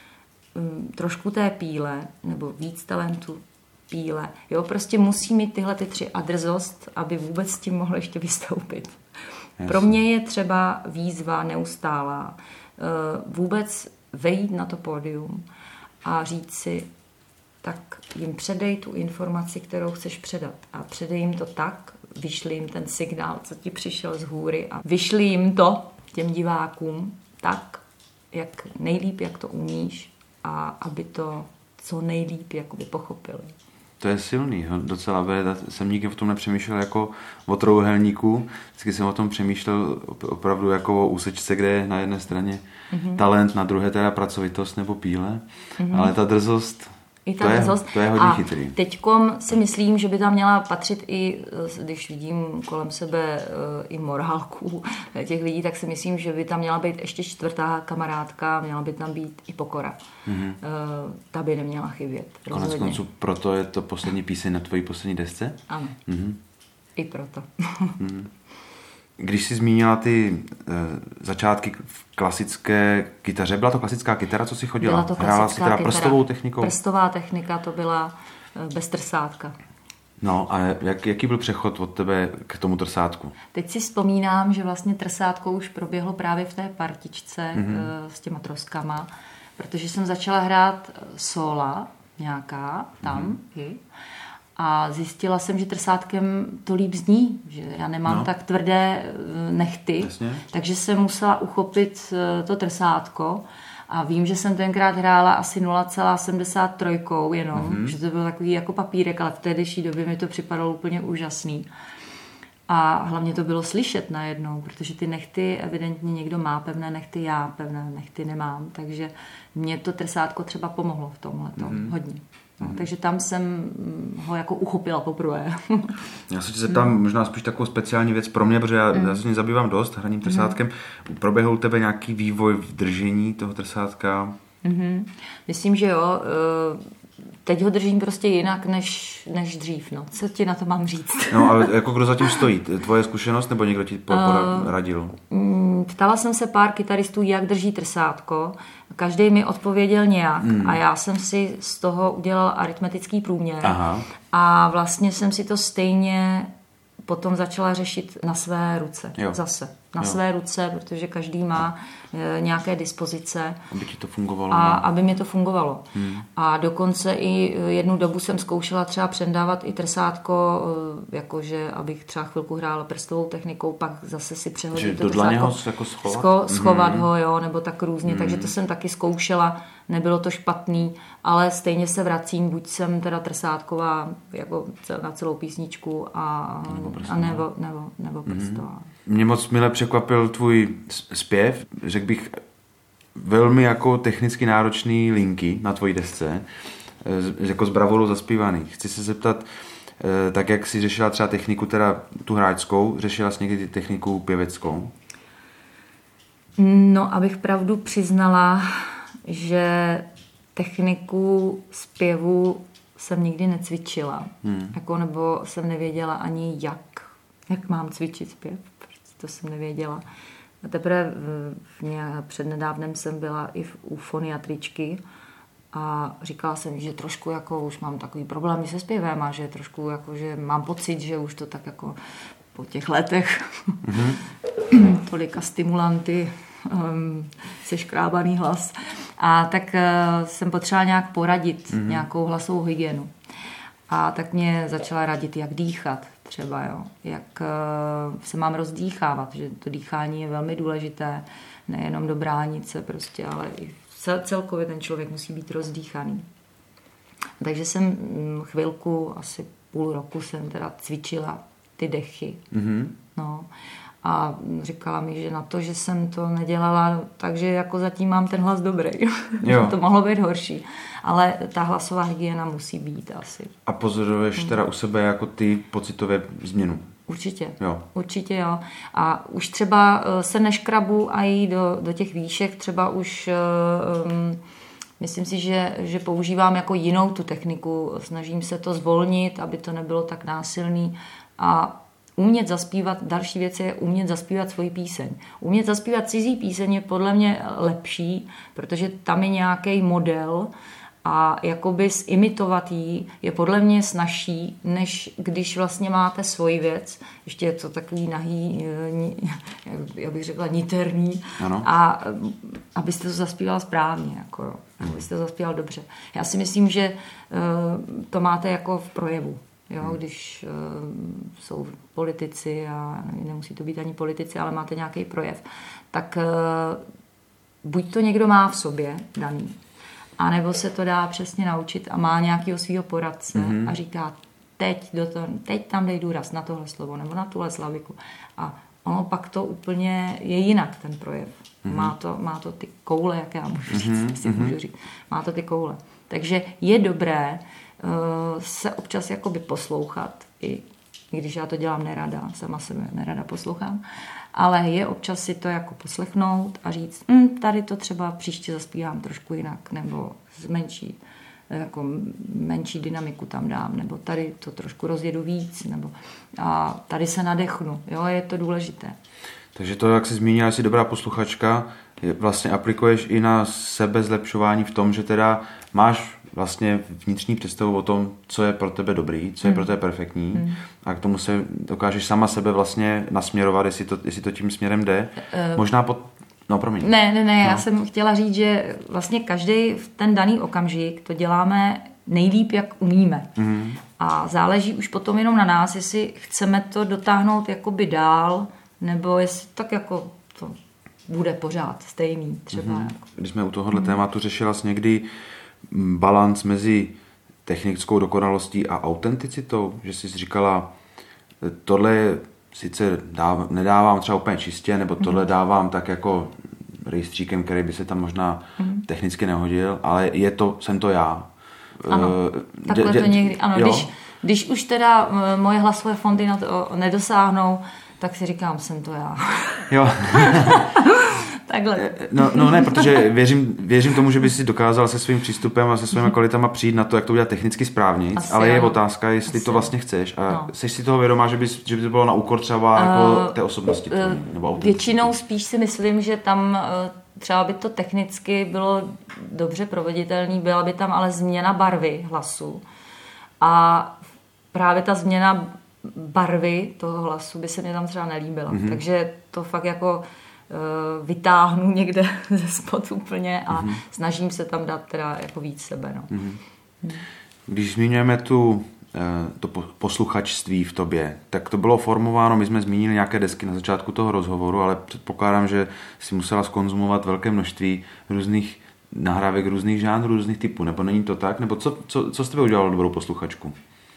trošku té píle, nebo víc talentu, píle. Jo, prostě musí mít tyhle ty tři a drzost, aby vůbec s tím mohl ještě vystoupit. Jasně. Pro mě je třeba výzva neustálá vůbec vejít na to pódium a říct si, tak jim předej tu informaci, kterou chceš předat. A předej jim to tak, vyšli jim ten signál, co ti přišel z hůry a vyšli jim to těm divákům tak, jak nejlíp, jak to umíš a aby to co nejlíp jakoby pochopili. To je silný, docela vede. Jsem nikdy v tom nepřemýšlel jako o trouhelníku. Vždycky jsem o tom přemýšlel opravdu jako o úsečce, kde je na jedné straně mm-hmm. talent, na druhé teda pracovitost nebo píle. Mm-hmm. Ale ta drzost, I ta to, drzost. Je, to je hodně a chytrý. Teďkom si myslím, že by tam měla patřit i, když vidím kolem sebe i morálku těch lidí, tak si myslím, že by tam měla být ještě čtvrtá kamarádka, měla by tam být i pokora. Mm-hmm. Ta by neměla chybět. Konec konců, proto je to poslední píseň na tvojí poslední desce? Ano. Mm-hmm. I proto. mm-hmm. Když jsi zmínila ty e, začátky v klasické kytaře, byla to klasická kytara, co jsi chodila? Byla to klasická Hrála jsi teda kytara. prstovou technikou? Prstová technika, to byla bez trsátka. No a jak, jaký byl přechod od tebe k tomu trsátku? Teď si vzpomínám, že vlastně trsátko už proběhlo právě v té partičce mm-hmm. s těma troskama, protože jsem začala hrát sóla nějaká tam mm-hmm. a zjistila jsem, že trsátkem to líp zní, že já nemám no. tak tvrdé nechty, Jasně. takže jsem musela uchopit to trsátko a vím, že jsem tenkrát hrála asi nula celá sedmdesát tři jenom, mm-hmm. že to byl takový jako papírek, ale v tehdejší době mi to připadalo úplně úžasný. A hlavně to bylo slyšet najednou, protože ty nechty, evidentně někdo má pevné nechty, já pevné nechty nemám, takže mě to trsátko třeba pomohlo v tomhletom mm-hmm. hodně. No, mm. Takže tam jsem ho jako uchopila poprvé. Já se tě zeptám mm. možná spíš takovou speciální věc pro mě, protože já, mm. já se mě zabývám dost hraním trsátkem. Mm. Proběhl u tebe nějaký vývoj v držení toho trsátka? Mm-hmm. Myslím, že jo. Teď ho držím prostě jinak než, než dřív. No. Co ti na to mám říct? No ale jako kdo zatím stojí? Tvoje zkušenost nebo někdo ti poradil? Uh, ptala jsem se pár kytaristů, jak drží trsátko. Každý mi odpověděl nějak mm. a já jsem si z toho udělal aritmetický průměr. Aha. A vlastně jsem si to stejně potom začala řešit na své ruce. Jo. Zase. Na jo. své ruce, protože každý má e, nějaké dispozice. Aby ti to fungovalo. A no. aby mě to fungovalo. Hmm. A dokonce i jednu dobu jsem zkoušela třeba přendávat i trsátko, e, jakože abych třeba chvilku hrála prstovou technikou, pak zase si přehodit to trsátko. Jako schovat? Scho, schovat hmm. ho, jo, nebo tak různě. Hmm. Takže to jsem taky zkoušela. Nebylo to špatný, ale stejně se vracím, buď jsem teda trsátková jako na celou písničku a nebo prstová. A nebo, nebo, nebo prstová. Hmm. Mě moc mile překvapil tvůj zpěv, řekl bych velmi jako technicky náročný linky na tvojí desce, jako s bravorou zaspívaný. Chci se zeptat, tak jak jsi řešila třeba techniku, teda tu hráčskou, řešila jsi někdy techniku pěveckou? No, abych pravdu přiznala, že techniku zpěvu jsem nikdy necvičila. Hmm. Jako, nebo jsem nevěděla ani jak, jak mám cvičit zpěv. To jsem nevěděla. A teprve přednedávnem jsem byla i v, u foniatričky a říkala jsem, že trošku jako už mám takový problémy se zpěvem a že trošku jako, že mám pocit, že už to tak jako po těch letech mm-hmm. tolika stimulanty, um, seškrábaný hlas. A tak uh, jsem potřebovala nějak poradit, mm-hmm. nějakou hlasovou hygienu. A tak mě začala radit, jak dýchat. třeba, jo. Jak se mám rozdýchávat, že to dýchání je velmi důležité, nejenom do bránice prostě, ale i celkově ten člověk musí být rozdýchaný. Takže jsem chvilku, asi půl roku jsem teda cvičila ty dechy. Mm-hmm. No. A říkala mi, že na to, že jsem to nedělala, takže jako zatím mám ten hlas dobrý. To mohlo být horší. Ale ta hlasová hygiena musí být asi. A pozoruješ teda u sebe jako ty pocitově změnu? Určitě. Jo. Určitě jo. A už třeba se neškrabu a jít do, do těch výšek, třeba už um, myslím si, že, že používám jako jinou tu techniku. Snažím se to zvolnit, aby to nebylo tak násilný a umět zaspívat, další věc je umět zaspívat svoji píseň. Umět zaspívat cizí píseň je podle mě lepší, protože tam je nějaký model a jakoby zimitovat jí je podle mě snazší, než když vlastně máte svoji věc. Ještě je to takový nahý, jak bych řekla, niterný. Ano. A abyste to zaspíval správně, jako jo. Abyste to zaspíval dobře. Já si myslím, že to máte jako v projevu. Jo, hmm. Když uh, jsou politici a nemusí to být ani politici, ale máte nějaký projev, tak uh, buď to někdo má v sobě daný, anebo se to dá přesně naučit a má nějakého svého poradce hmm. a říká, teď, do to, teď tam dej důraz na tohle slovo nebo na tuhle slaviku. A ono pak to úplně je jinak, ten projev. Hmm. Má, to, má to ty koule, jak já můžu říct, hmm. si můžu říct. Má to ty koule. Takže je dobré se občas jakoby poslouchat, i když já to dělám nerada, sama sebe nerada poslouchám, ale je občas si to jako poslechnout a říct, hm, tady to třeba příště zaspívám trošku jinak, nebo zmenší, jako menší dynamiku tam dám, nebo tady to trošku rozjedu víc, nebo a tady se nadechnu, jo, je to důležité. Takže to, jak jsi zmínila, jsi dobrá posluchačka, vlastně aplikuješ i na sebe zlepšování v tom, že teda máš vlastně vnitřní představu o tom, co je pro tebe dobrý, co je pro tebe perfektní hmm. a k tomu se dokážeš sama sebe vlastně nasměrovat, jestli to, jestli to tím směrem jde. Uh, Možná pod... No, promiň. Ne, ne, ne, no. Já jsem chtěla říct, že vlastně každý v ten daný okamžik to děláme nejlíp, jak umíme. Hmm. A záleží už potom jenom na nás, jestli chceme to dotáhnout jakoby dál, nebo jestli tak jako to bude pořád stejný třeba. Hmm. Když jsme u tohohle hmm. tématu řešila jsi někdy balanc mezi technickou dokonalostí a autenticitou, že jsi říkala, tohle sice dáv, nedávám třeba úplně čistě, nebo tohle dávám tak jako rejstříkem, který by se tam možná mm. technicky nehodil, ale je to, jsem to já. Ano, uh, takhle dě, to někdy, ano, když, když už teda moje hlasové fondy na to nedosáhnou, tak si říkám, jsem to já. Jo. Takhle. No, no ne, protože věřím, věřím tomu, že by si dokázal se svým přístupem a se svými kvalitama přijít na to, jak to udělat technicky správně, ale je otázka, jestli Asi. to vlastně chceš a no. jsi si toho vědomá, že by, že by to bylo na úkor třeba uh, jako té osobnosti tvojí, nebo většinou spíš si myslím, že tam třeba by to technicky bylo dobře proveditelný, byla by tam ale změna barvy hlasu a právě ta změna barvy toho hlasu by se mě tam třeba nelíbila, mm-hmm. takže to fakt jako vytáhnu někde ze spod úplně a mm-hmm. snažím se tam dát teda jako víc sebe. No. Mm-hmm. Když zmiňujeme tu, to posluchačství v tobě, tak to bylo formováno, my jsme zmínili nějaké desky na začátku toho rozhovoru, ale předpokládám, že si musela zkonzumovat velké množství různých nahrávek, různých žánrů, různých typů, nebo není to tak? Nebo co, co, co z tebe udělalo dobrou posluchačku?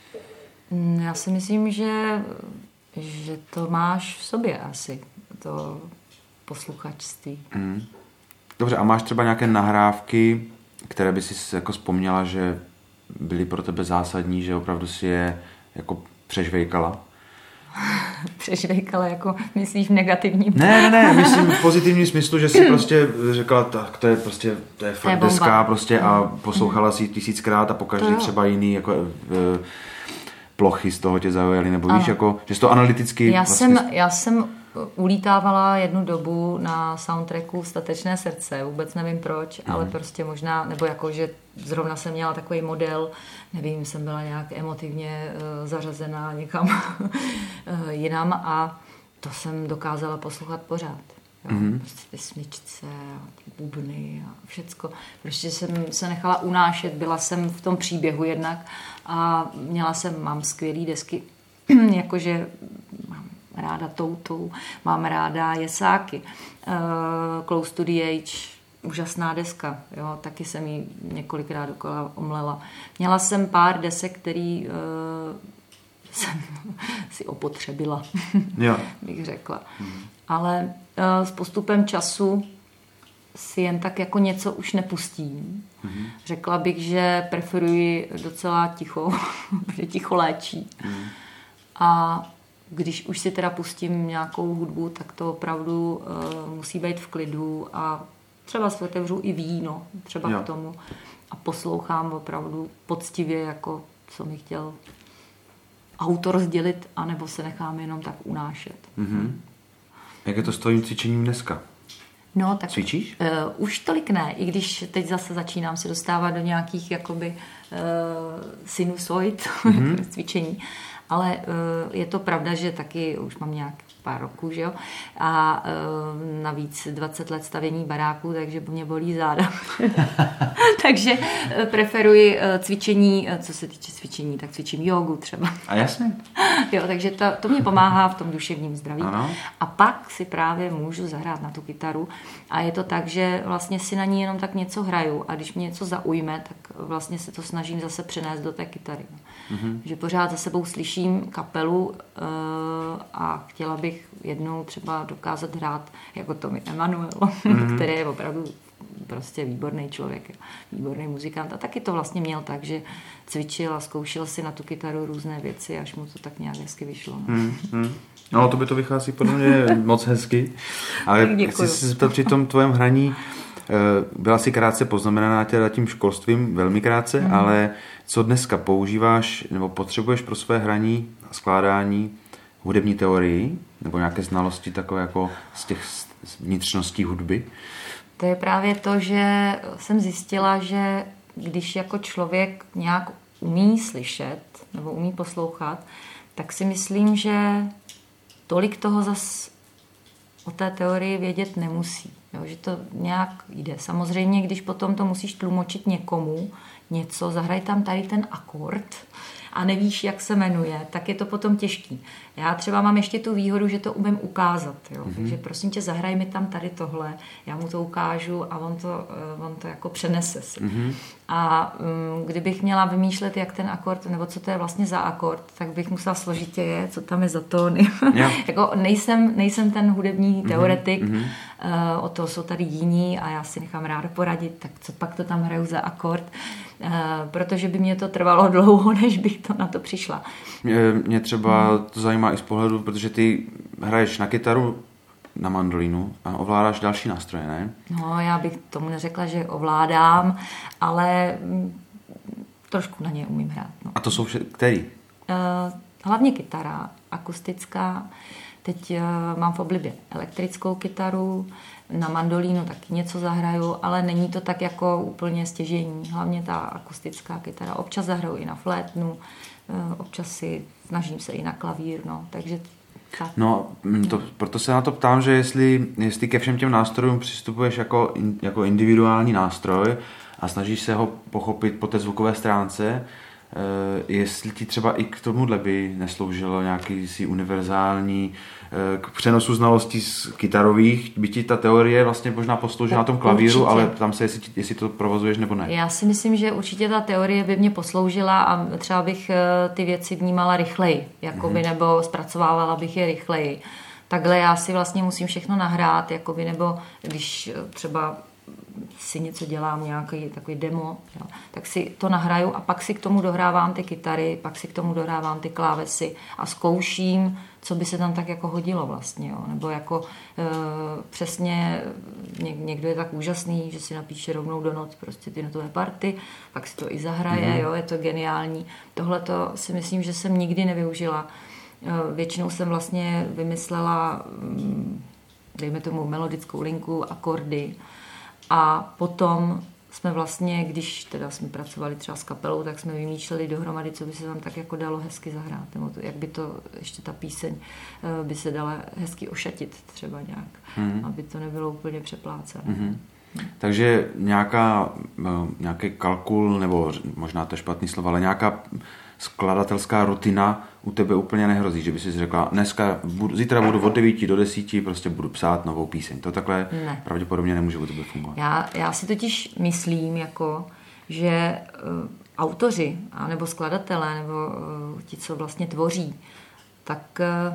Já si myslím, že, že to máš v sobě asi, to posluchačství. Mm. Dobře, a máš třeba nějaké nahrávky, které by si jako vzpomněla, že byly pro tebe zásadní, že opravdu si je jako přežvejkala? Přežvejkala, jako myslíš v negativním? Ne, ne, ne, myslím v pozitivním smyslu, že si prostě řekla, tak to je prostě, to je fakt deska prostě a poslouchala si tisíckrát a pokaždé třeba jiný jako v, plochy z toho tě zaujaly, nebo víš, jako, že jsi to analyticky... Já, vlastně... jsem, já jsem ulítávala jednu dobu na soundtracku Statečné srdce, vůbec nevím proč, mm. ale prostě možná, nebo jako, že zrovna jsem měla takový model, nevím, jsem byla nějak emotivně uh, zařazená někam uh, jinam a to jsem dokázala poslouchat pořád. Jo? Mm. Prostě ty smyčce a ty bubny a všecko. Prostě jsem se nechala unášet, byla jsem v tom příběhu jednak a měla jsem, mám skvělý desky, jakože mám ráda Toutu, mám ráda Jesáky, uh, Close to the Age, úžasná deska, jo, taky jsem ji několikrát dokola omlela. Měla jsem pár desek, který uh, jsem si opotřebila, jo. bych řekla. Hmm. Ale uh, s postupem času si jen tak jako něco už nepustím. Hmm. Řekla bych, že preferuji docela ticho, protože ticho léčí. Hmm. A když už si teda pustím nějakou hudbu, tak to opravdu uh, musí být v klidu a třeba si otevřu i víno, třeba jo. k tomu a poslouchám opravdu poctivě, jako co mi chtěl autor sdělit, anebo se nechám jenom tak unášet. Mm-hmm. Jak je to s tvojím cvičením dneska? No, tak, cvičíš? Uh, už tolik ne, i když teď zase začínám se dostávat do nějakých jakoby uh, sinusoid mm-hmm. cvičení. Ale uh, je to pravda, že taky už mám nějak pár roků, že jo? A uh, navíc dvacet let stavění baráků, takže mě bolí záda. Takže uh, preferuji uh, cvičení, uh, co se týče cvičení, tak cvičím jogu třeba. A jasně. Jo, takže to, to mě pomáhá v tom duševním zdraví. Ano. A pak si právě můžu zahrát na tu kytaru a je to tak, že vlastně si na ní jenom tak něco hraju a když mě něco zaujme, tak vlastně se to snažím zase přenést do té kytary. Mm-hmm. Že pořád za sebou slyším kapelu uh, a chtěla bych jednou třeba dokázat hrát jako Tommy Emmanuel, mm-hmm. který je opravdu prostě výborný člověk, výborný muzikant a taky to vlastně měl tak, že cvičil a zkoušel si na tu kytaru různé věci, až mu to tak nějak hezky vyšlo. No, mm-hmm. No to by to vychází podle mě moc hezky, ale chci se zeptat při tom tvojem hraní, byla si krátce poznamenaná teda tím školstvím, velmi krátce, mm. ale co dneska používáš nebo potřebuješ pro své hraní a skládání hudební teorii nebo nějaké znalosti takové jako z těch vnitřností hudby? To je právě to, že jsem zjistila, že když jako člověk nějak umí slyšet nebo umí poslouchat, tak si myslím, že tolik toho zas o té teorii vědět nemusí. Jo, že to nějak jde. Samozřejmě, když potom to musíš tlumočit někomu, něco, zahraj tam tady ten akord a nevíš, jak se jmenuje, tak je to potom těžký. Já třeba mám ještě tu výhodu, že to umím ukázat. Jo? Mm-hmm. Takže prosím tě, zahraj mi tam tady tohle, já mu to ukážu a on to, on to jako přenese si. Mm-hmm. A um, kdybych měla vymýšlet, jak ten akord, nebo co to je vlastně za akord, tak bych musela složitě je, co tam je za tóny. Yeah. Jako nejsem, nejsem ten hudební teoretik, mm-hmm. uh, o to jsou tady jiní a já si nechám ráda poradit, tak co pak to tam hraju za akord, uh, protože by mě to trvalo dlouho, než bych to na to přišla. Mě, mě třeba to zajímá i z pohledu, protože ty hraješ na kytaru, na mandolínu a ovládáš další nástroje, ne? No, já bych tomu neřekla, že ovládám, ale trošku na ně umím hrát. No. A to jsou vše, který? Uh, hlavně kytara, akustická. Teď uh, mám v oblibě elektrickou kytaru, na mandolínu taky něco zahraju, ale není to tak jako úplně stěžejní. Hlavně ta akustická kytara. Občas zahraju i na flétnu, uh, občas si snažím se i na klavír, no, takže tak. No, to, proto se na to ptám, že jestli, jestli ke všem těm nástrojům přistupuješ jako, jako individuální nástroj a snažíš se ho pochopit po té zvukové stránce, jestli ti třeba i k tomuhle by nesloužilo nějaký si univerzální k přenosu znalostí z kytarových, by ti ta teorie vlastně možná posloužila na tom klavíru, určitě. Ale tam se, jestli, jestli to provozuješ nebo ne. Já si myslím, že určitě ta teorie by mě posloužila a třeba bych ty věci vnímala rychleji, jakoby, mm-hmm. nebo zpracovávala bych je rychleji. Takhle já si vlastně musím všechno nahrát, jakoby, nebo když třeba si něco dělám, nějaký takový demo, jo, tak si to nahraju a pak si k tomu dohrávám ty kytary, pak si k tomu dohrávám ty klávesy a zkouším, co by se tam tak jako hodilo vlastně, jo. Nebo jako e, přesně něk, někdo je tak úžasný, že si napíše rovnou do not prostě ty notové party, pak si to i zahraje, mm-hmm. jo, je to geniální. Tohle to si myslím, že jsem nikdy nevyužila. E, většinou jsem vlastně vymyslela, dejme tomu melodickou linku, akordy, a potom jsme vlastně, když teda jsme pracovali třeba s kapelou, tak jsme vymýšleli dohromady, co by se tam tak jako dalo hezky zahrát, nebo to, jak by to, ještě ta píseň by se dala hezky ošatit třeba nějak, mm-hmm. aby to nebylo úplně přeplácené. Mm-hmm. Takže nějaká, nějaký kalkul, nebo možná to je špatný slovo, ale nějaká skladatelská rutina u tebe úplně nehrozí, že by si řekla, dneska, budu, zítra budu od devíti do desíti, prostě budu psát novou píseň. To takhle ne. pravděpodobně nemůže u tebe fungovat. Já, já si totiž myslím, jako, že uh, autoři, nebo skladatelé, nebo uh, ti, co vlastně tvoří, tak uh,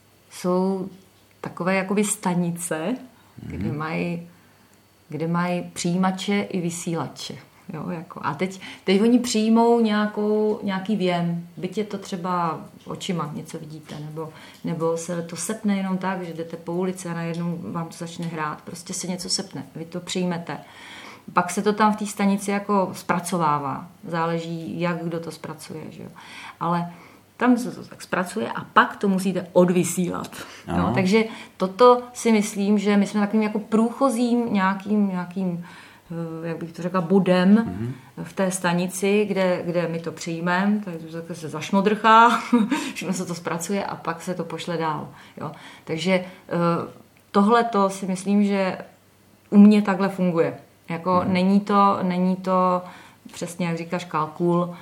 jsou takové jakoby stanice, mm-hmm. kde mají kde mají přijímače i vysílače. Jo, jako. A teď, teď oni přijmou nějakou, nějaký věm, byť je to třeba očima, něco vidíte, nebo, nebo se to sepne jenom tak, že jdete po ulici a najednou vám to začne hrát. Prostě se něco sepne, vy to přijmete. Pak se to tam v té stanici jako zpracovává. Záleží, jak kdo to zpracuje. Že jo. Ale tam se to tak zpracuje a pak to musíte odvysílat. No, takže toto si myslím, že my jsme takovým jako průchozím nějakým, nějakým jak bych to řekla, bodem mm-hmm. v té stanici, kde, kde my to přijmeme, takže se zašmodrchá, všechno se to zpracuje a pak se to pošle dál. Jo. Takže tohle to si myslím, že u mě takhle funguje. Jako mm-hmm. není to, není to přesně, jak říkáš, kalkul.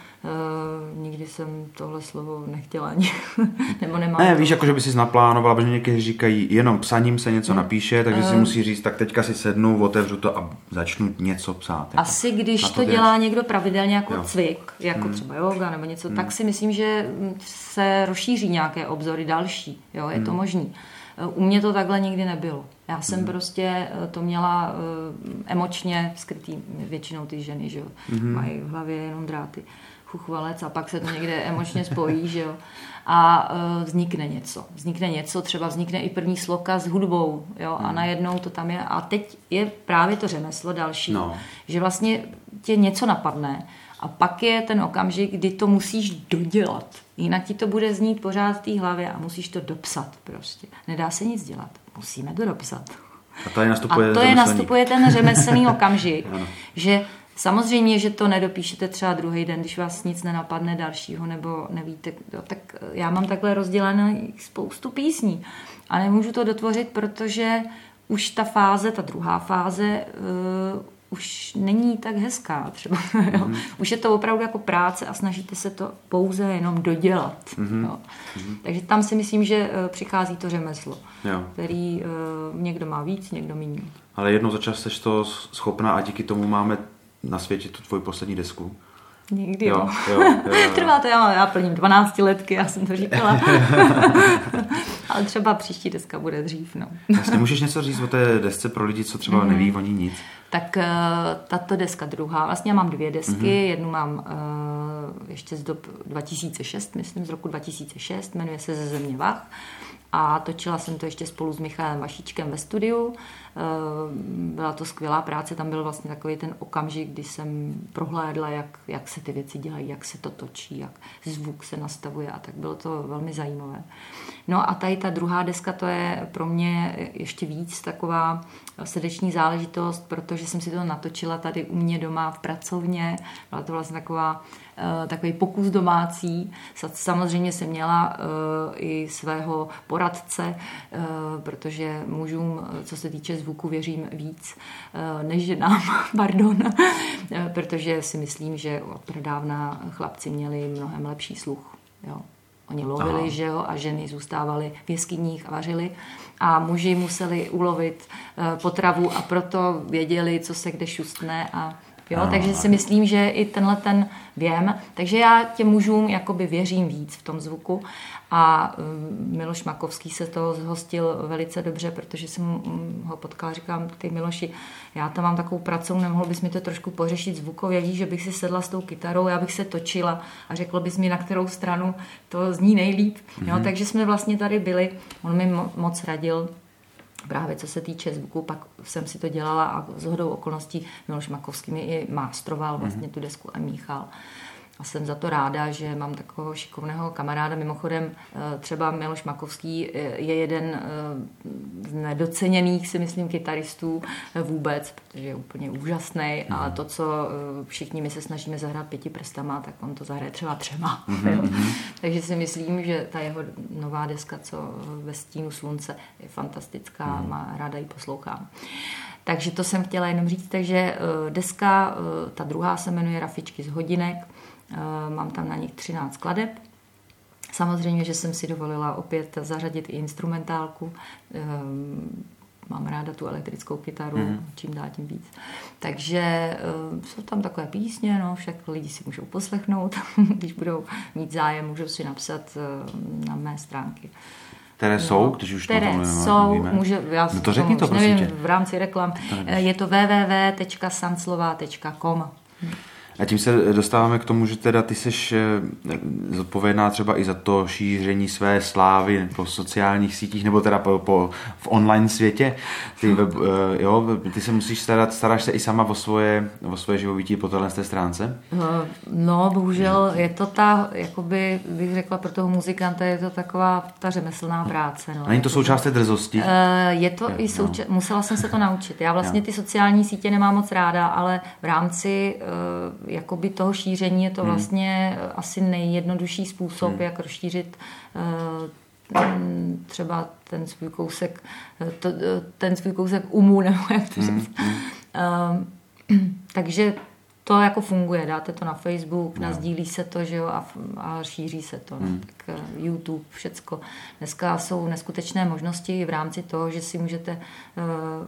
Uh, nikdy jsem tohle slovo nechtěla ani, nebo nemám. Ne, víš, jako že by si naplánovala, protože někteří říkají, jenom psaním se něco napíše, takže uh, si musí říct, tak teďka si sednu, otevřu to a začnu něco psát. Jako. Asi když to, to dělá někdo pravidelně jako jo. cvik, jako hmm. třeba yoga nebo něco, hmm. tak si myslím, že se rozšíří nějaké obzory další. Jo, je hmm. to možný. U mě to takhle nikdy nebylo. Já jsem mm. prostě to měla uh, emočně skrytý, většinou ty ženy, že jo, mm. mají v hlavě jenom dráty, chuchvalec a pak se to někde emočně spojí, že jo, a uh, vznikne něco. Vznikne něco, třeba vznikne i první sloka s hudbou, jo, mm. a najednou to tam je. A teď je právě to řemeslo další, no. že vlastně tě něco napadne a pak je ten okamžik, kdy to musíš dodělat. Jinak ti to bude znít pořád v té hlavě a musíš to dopsat prostě. Nedá se nic dělat. Musíme to dopsat. A to je nastupuje, a to je nastupuje ten řemeslný okamžik, že samozřejmě, že to nedopíšete třeba druhý den, když vás nic nenapadne dalšího, nebo nevíte, jo, tak já mám takhle rozdělené spoustu písní a nemůžu to dotvořit, protože už ta fáze, ta druhá fáze uh, už není tak hezká třeba. Jo. Mm. Už je to opravdu jako práce a snažíte se to pouze jenom dodělat. Mm. Jo. Mm. Takže tam si myslím, že přichází to řemeslo, jo. který uh, někdo má víc, někdo méně. Ale jednou za čas jsi to schopná a díky tomu máme na světě tu tvoji poslední desku. Někdy jo. jo, jo, jo, jo. Trvá to, já, já plním dvanáctiletky, já jsem to říkala. Ale třeba příští deska bude dřív. No. Vlastně můžeš něco říct o té desce pro lidi, co třeba mm-hmm. neví o ní nic? Tak uh, tato deska druhá, vlastně já mám dvě desky, mm-hmm. jednu mám uh, ještě z dob dva tisíce šest, myslím z roku dva tisíce šest, jmenuje se Ze země vah. A točila jsem to ještě spolu s Michalem Vašíčkem ve studiu. Byla to skvělá práce, tam byl vlastně takový ten okamžik, kdy jsem prohlédla, jak, jak se ty věci dělají, jak se to točí, jak zvuk se nastavuje a tak bylo to velmi zajímavé. No a tady ta druhá deska, to je pro mě ještě víc taková srdeční záležitost, protože jsem si to natočila tady u mě doma v pracovně. Byla to vlastně taková takový pokus domácí. Samozřejmě jsem měla uh, i svého poradce, uh, protože mužům, co se týče zvuku, věřím víc uh, než ženám, pardon, uh, protože si myslím, že od pradávna chlapci měli mnohem lepší sluch. Jo. Oni lovili, Aha. že jo, a ženy zůstávaly v jeskyních a vařily a muži museli ulovit uh, potravu a proto věděli, co se kde šustne a Jo, no, takže si myslím, že i tenhle ten vím. Takže já těm mužům jakoby věřím víc v tom zvuku a Miloš Makovský se toho zhostil velice dobře, protože jsem ho potkala, říkám, ty Miloši, já tam mám takovou pracovnu, nemohl bys mi to trošku pořešit zvukově, víš, že bych si sedla s tou kytarou, já bych se točila a řekl bys mi, na kterou stranu to zní nejlíp. Mm-hmm. Jo, takže jsme vlastně tady byli, on mi moc radil, právě co se týče zvuku, pak jsem si to dělala a shodou okolností Miloš Makovský mi i mástroval vlastně tu desku a míchal. A jsem za to ráda, že mám takového šikovného kamaráda. Mimochodem třeba Miloš Makovský je jeden z nedoceněných, si myslím, kytaristů vůbec, protože je úplně úžasný mm. a to, co všichni my se snažíme zahrát pěti prstama, tak on to zahraje třeba třema. Mm-hmm. Takže si myslím, že ta jeho nová deska, co Ve stínu slunce, je fantastická, mm. má ráda ji poslouchám. Takže to jsem chtěla jenom říct, takže deska, ta druhá se jmenuje Rafičky z hodinek. Mám tam na nich třináct skladeb. Samozřejmě, že jsem si dovolila opět zařadit i instrumentálku. Mám ráda tu elektrickou kytaru, mm. čím dál tím víc. Takže uh, jsou tam takové písně, no, však lidi si můžou poslechnout, když budou mít zájem, můžou si napsat uh, na mé stránky. Které no, jsou, když už které to jsou, může, já no to řekni to, nevím, tě. v rámci reklam. Je to w w w tečka sanslova tečka com. A tím se dostáváme k tomu, že teda ty seš zodpovědná třeba i za to šíření své slávy po sociálních sítích, nebo teda po, po, v online světě. Ty, web, jo, ty se musíš starat, staráš se i sama o svoje, o svoje živobytí po téhle té stránce? No, bohužel je to ta, jakoby bych řekla pro toho muzikanta, je to taková ta řemeslná práce. No. Není to součást té drzosti? Je to je, i součást, no. Musela jsem se to naučit. Já vlastně ty sociální sítě nemám moc ráda, ale v rámci jakoby toho šíření je to hmm. vlastně asi nejjednodušší způsob, hmm. jak rozšířit uh, třeba ten svůj kousek to, ten svůj kousek umů, nebo jak to říct. Hmm. Uh, takže to jako funguje, dáte to na Facebook, no. Nazdílí se to, že jo, a, a šíří se to. Hmm. Tak YouTube, všecko. Dneska jsou neskutečné možnosti v rámci toho, že si můžete uh,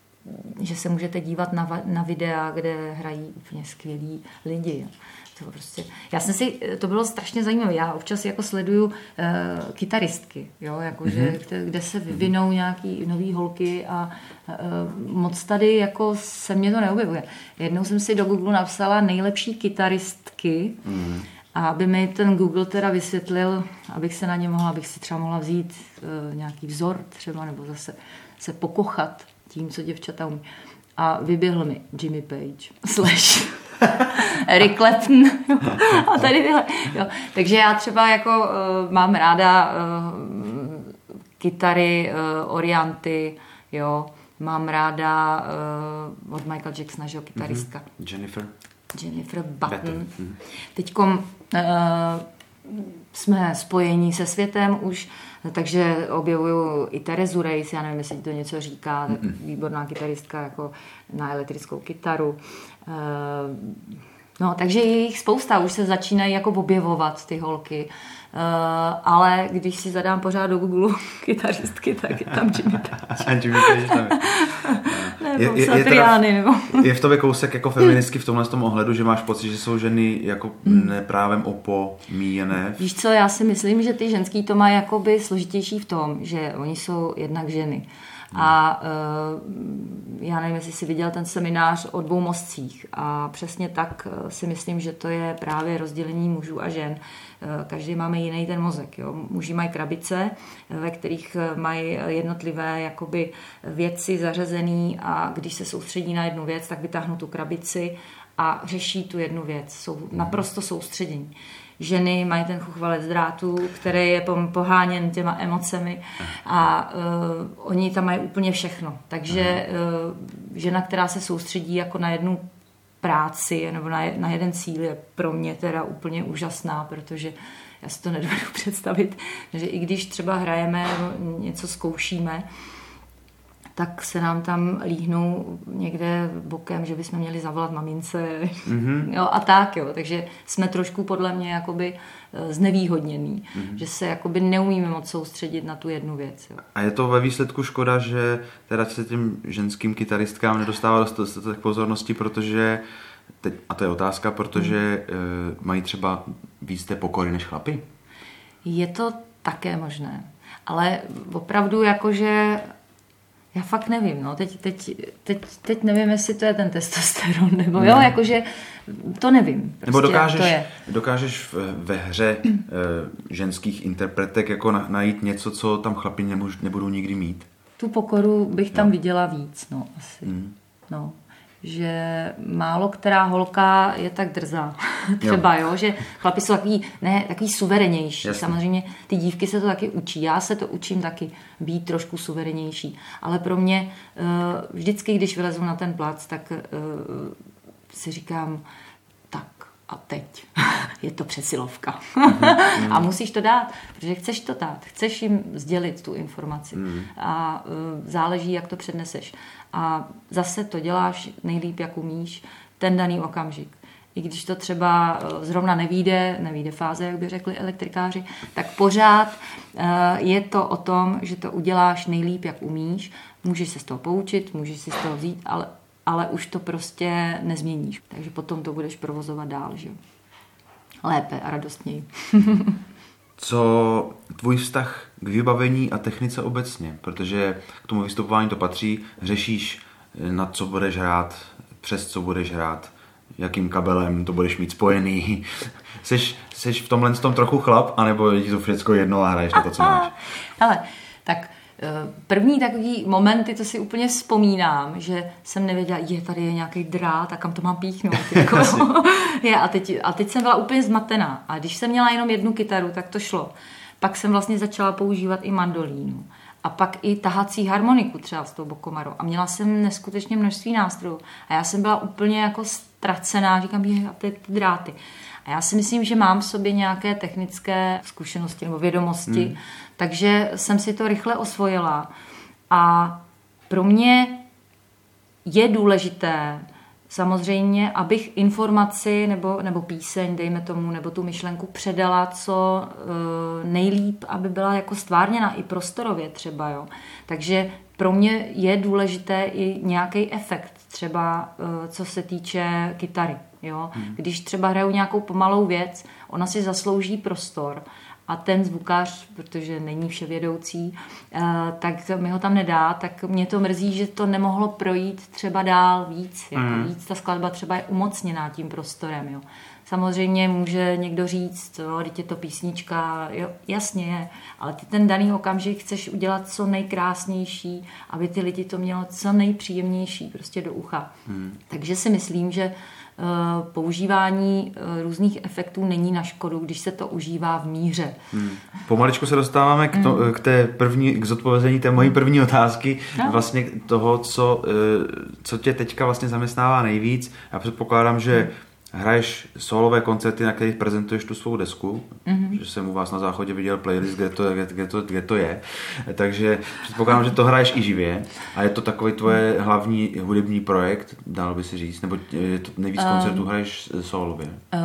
že se můžete dívat na, na videa, kde hrají úplně skvělí lidi. To prostě, já jsem si, to bylo strašně zajímavé, já občas jako sleduju uh, kytaristky, jo, jako, mm-hmm. že, kde, kde se vyvinou nějaký nový holky a uh, moc tady jako se mě to neobjevuje. Jednou jsem si do Google napsala nejlepší kytaristky, mm-hmm. a aby mi ten Google teda vysvětlil, abych se na ně mohla, abych si třeba mohla vzít uh, nějaký vzor třeba, nebo zase se pokochat tím, co děvčata umí. A vyběhl mi Jimmy Page, slash Eric Clapton a tady tyhle. Jo. Takže já třeba jako uh, mám ráda uh, kytary, uh, orianty, jo. Mám ráda uh, od Michael Jacksona, že jo, kytaristka. Mm-hmm. Jennifer. Jennifer Button. Mm-hmm. Teďkom uh, jsme spojení se světem už, takže objevuju i Terezu Reis, já nevím, jestli to něco říká, mm-mm. výborná kytaristka jako na elektrickou kytaru. No, takže je jich spousta, už se začínají jako objevovat ty holky. Uh, ale když si zadám pořád do Google kytaristky, tak je tam Jimmy Page. Jimmy Page tam je. Nebo je, je, teda, nebo... je v tobě kousek jako feministky v tomhle tom ohledu, že máš pocit, že jsou ženy jako neprávem opomíjené? Víš co, já si myslím, že ty ženský to mají jakoby složitější v tom, že oni jsou jednak ženy. A uh, já nevím, jestli jsi viděl ten seminář o dvou mozcích a přesně tak uh, si myslím, že to je právě rozdělení mužů a žen. Uh, každý máme jiný ten mozek. Jo? Muži mají krabice, ve kterých mají jednotlivé jakoby věci zařazený a když se soustředí na jednu věc, tak vytáhnou tu krabici a řeší tu jednu věc. Jsou naprosto soustředění. Ženy mají ten chuchvalec drátů, který je poháněn těma emocemi a uh, oni tam mají úplně všechno. Takže uh, žena, která se soustředí jako na jednu práci nebo na, na jeden cíl, je pro mě teda úplně úžasná, protože já si to nedovedu představit, že i když třeba hrajeme nebo něco zkoušíme, tak se nám tam líhnou někde bokem, že bychom měli zavolat mamince mm-hmm. jo, a tak, jo. Takže jsme trošku podle mě jakoby znevýhodnění, mm-hmm. že se jakoby neumíme moc soustředit na tu jednu věc. Jo. A je to ve výsledku škoda, že teda se těm ženským kytaristkám nedostává dostatek pozornosti, protože, teď, a to je otázka, protože mm. e, mají třeba víc té pokory než chlapi? Je to také možné, ale opravdu jakože já fakt nevím, no, teď, teď, teď, teď nevím, jestli to je ten testosteron, nebo jo, jakože to nevím. Prostě, nebo dokážeš, to je. dokážeš v, ve hře e, ženských interpretek jako na, najít něco, co tam chlapi nemož, nebudou nikdy mít? Tu pokoru bych tam no. viděla víc, no, asi. Mm. No, že málo která holka je tak drzá. Třeba, jo. jo, že chlapi jsou takový, ne, takový suverenější. Jasně. Samozřejmě ty dívky se to taky učí. Já se to učím taky být trošku suverenější. Ale pro mě vždycky, když vylezu na ten plac, tak si říkám, tak a teď je to přesilovka. Mm. A musíš to dát, protože chceš to dát. Chceš jim sdělit tu informaci. Mm. A záleží, jak to předneseš. A zase to děláš nejlíp, jak umíš, ten daný okamžik. i když to třeba zrovna nevíde, nevíde fáze, jak by řekli elektrikáři, tak pořád je to o tom, že to uděláš nejlíp, jak umíš, můžeš se z toho poučit, můžeš si z toho vzít, ale, ale už to prostě nezměníš. Takže potom to budeš provozovat dál, že? Lépe a radostněji. Co tvůj vztah k vybavení a technice obecně? Protože k tomu vystupování to patří. Řešíš, na co budeš hrát, přes co budeš hrát, jakým kabelem to budeš mít spojený. Seš, seš v tomhle tom trochu chlap, anebo je ti to všechno jedno a hraješ na to, co máš? Hele, tak první takový momenty, to si úplně vzpomínám, že jsem nevěděla, je tady je nějaký drát a kam to mám píchnout. Jako, je, a, teď, a teď jsem byla úplně zmatená. A když jsem měla jenom jednu kytaru, tak to šlo. Pak jsem vlastně začala používat i mandolínu. A pak i tahací harmoniku třeba s tou bokomarou. A měla jsem neskutečně množství nástrojů. A já jsem byla úplně jako ztracená. Říkám, je, a ty, ty dráty. A já si myslím, že mám v sobě nějaké technické zkušenosti nebo vědomosti, hmm. takže jsem si to rychle osvojila. A pro mě je důležité samozřejmě, abych informaci nebo, nebo píseň, dejme tomu, nebo tu myšlenku předala co e, nejlíp, aby byla jako stvárněna i prostorově třeba. Jo. Takže pro mě je důležité i nějaký efekt, třeba e, co se týče kytary. Jo? Hmm. Když třeba hraju nějakou pomalou věc, ona si zaslouží prostor a ten zvukař, protože není vševědoucí, tak mi ho tam nedá, tak mě to mrzí, že to nemohlo projít třeba dál víc. Jako hmm. víc ta skladba třeba je umocněná tím prostorem. Jo? Samozřejmě může někdo říct, jo, teď je to písnička, jo, jasně je, ale ty ten daný okamžik chceš udělat co nejkrásnější, aby ty lidi to mělo co nejpříjemnější prostě do ucha. Hmm. Takže si myslím, že Uh, používání uh, různých efektů není na škodu, když se to užívá v míře. Hmm. Pomaličku se dostáváme k, to, hmm. k té první, k zodpovězení té mojí první otázky, no. vlastně toho, co, uh, co tě teďka vlastně zaměstnává nejvíc. Já předpokládám, že hmm. hraješ solové koncerty, na kterých prezentuješ tu svou desku, mm-hmm. že jsem u vás na záchodě viděl playlist, kde to, kde, kde to, kde to je, takže předpokládám, že to hraješ i živě a je to takový tvoje hlavní hudební projekt, dalo by si říct, nebo je to nejvíc um, koncertů hraješ solově? Uh,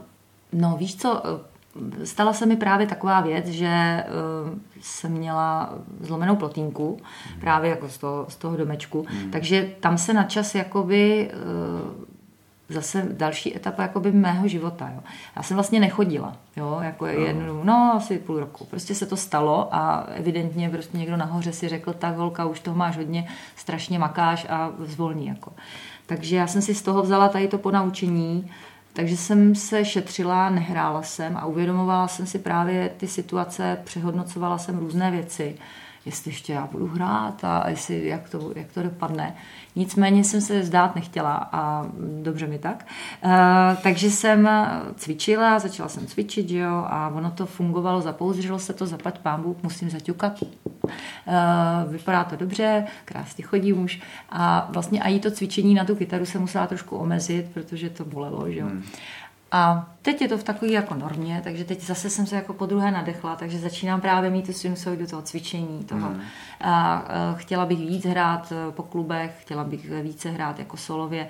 no víš co, stala se mi právě taková věc, že uh, jsem měla zlomenou plotínku, mm. právě jako z toho, z toho domečku, mm. takže tam se na čas jakoby uh, zase další etapa jakoby mého života. Jo. Já jsem vlastně nechodila, jo, jako jednu, no asi půl roku. Prostě se to stalo a evidentně prostě někdo nahoře si řekl, tak holka, už toho máš hodně, strašně makáš a zvolní. Jako. Takže já jsem si z toho vzala tady to ponaučení, takže jsem se šetřila, nehrála jsem a uvědomovala jsem si právě ty situace, přehodnocovala jsem různé věci, jestli ještě já budu hrát a jestli, jak, to, jak to dopadne. Nicméně jsem se zdát nechtěla a dobře mi tak. Uh, takže jsem cvičila, začala jsem cvičit, jo, a ono to fungovalo, zapouzdřilo se to, zaplať pán Bůh, musím zaťukat. Uh, vypadá to dobře, krásně chodím už a vlastně i to cvičení na tu kytaru se musela trošku omezit, protože to bolelo, že jo. Hmm. A teď je to v takové jako normě, takže teď zase jsem se jako podruhé nadechla, takže začínám právě mít tu sinusoidu toho cvičení, toho. Mm. A, a chtěla bych víc hrát po klubech, chtěla bych více hrát jako solově,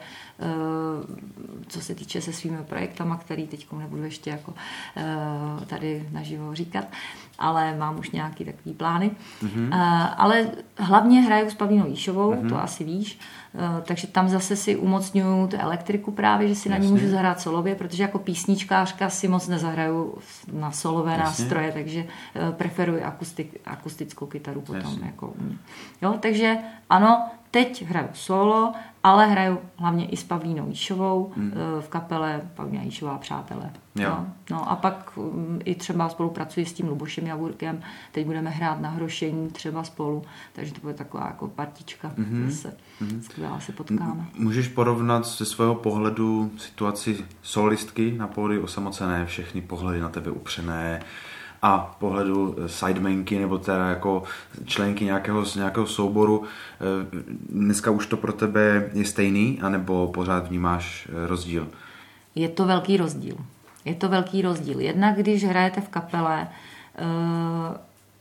co se týče se svými projektama, který teď nebudu ještě jako tady naživo říkat, ale mám už nějaký takový plány. Mm. Ale hlavně hraju s Pavlínou Jíšovou, mm. to asi víš, takže tam zase si umocňuju tu elektriku právě, že si Jasně. na ní můžu zahrát solově, protože jako písničkářka si moc nezahraju na solové Jasně. nástroje, takže preferuji akustik, akustickou kytaru potom. Jako, jo, takže ano, teď hraju solo, ale hraju hlavně i s Pavlínou Jíšovou hmm. v kapele Pavlína Jíšová Přátelé. No, no a pak i třeba spolupracuji s tím Lubošem Javurkem, teď budeme hrát na Hrošení třeba spolu, takže to bude taková jako partička, mm-hmm. zase mm-hmm. skvělá se potkáme. Můžeš porovnat ze svého pohledu situaci solistky na pódiu osamocené, všechny pohledy na tebe upřené, a pohledu sidemanky nebo teda jako členky nějakého, nějakého souboru. Dneska už to pro tebe je stejný, anebo pořád vnímáš rozdíl? Je to velký rozdíl. Je to velký rozdíl. Jednak když hrajete v kapele,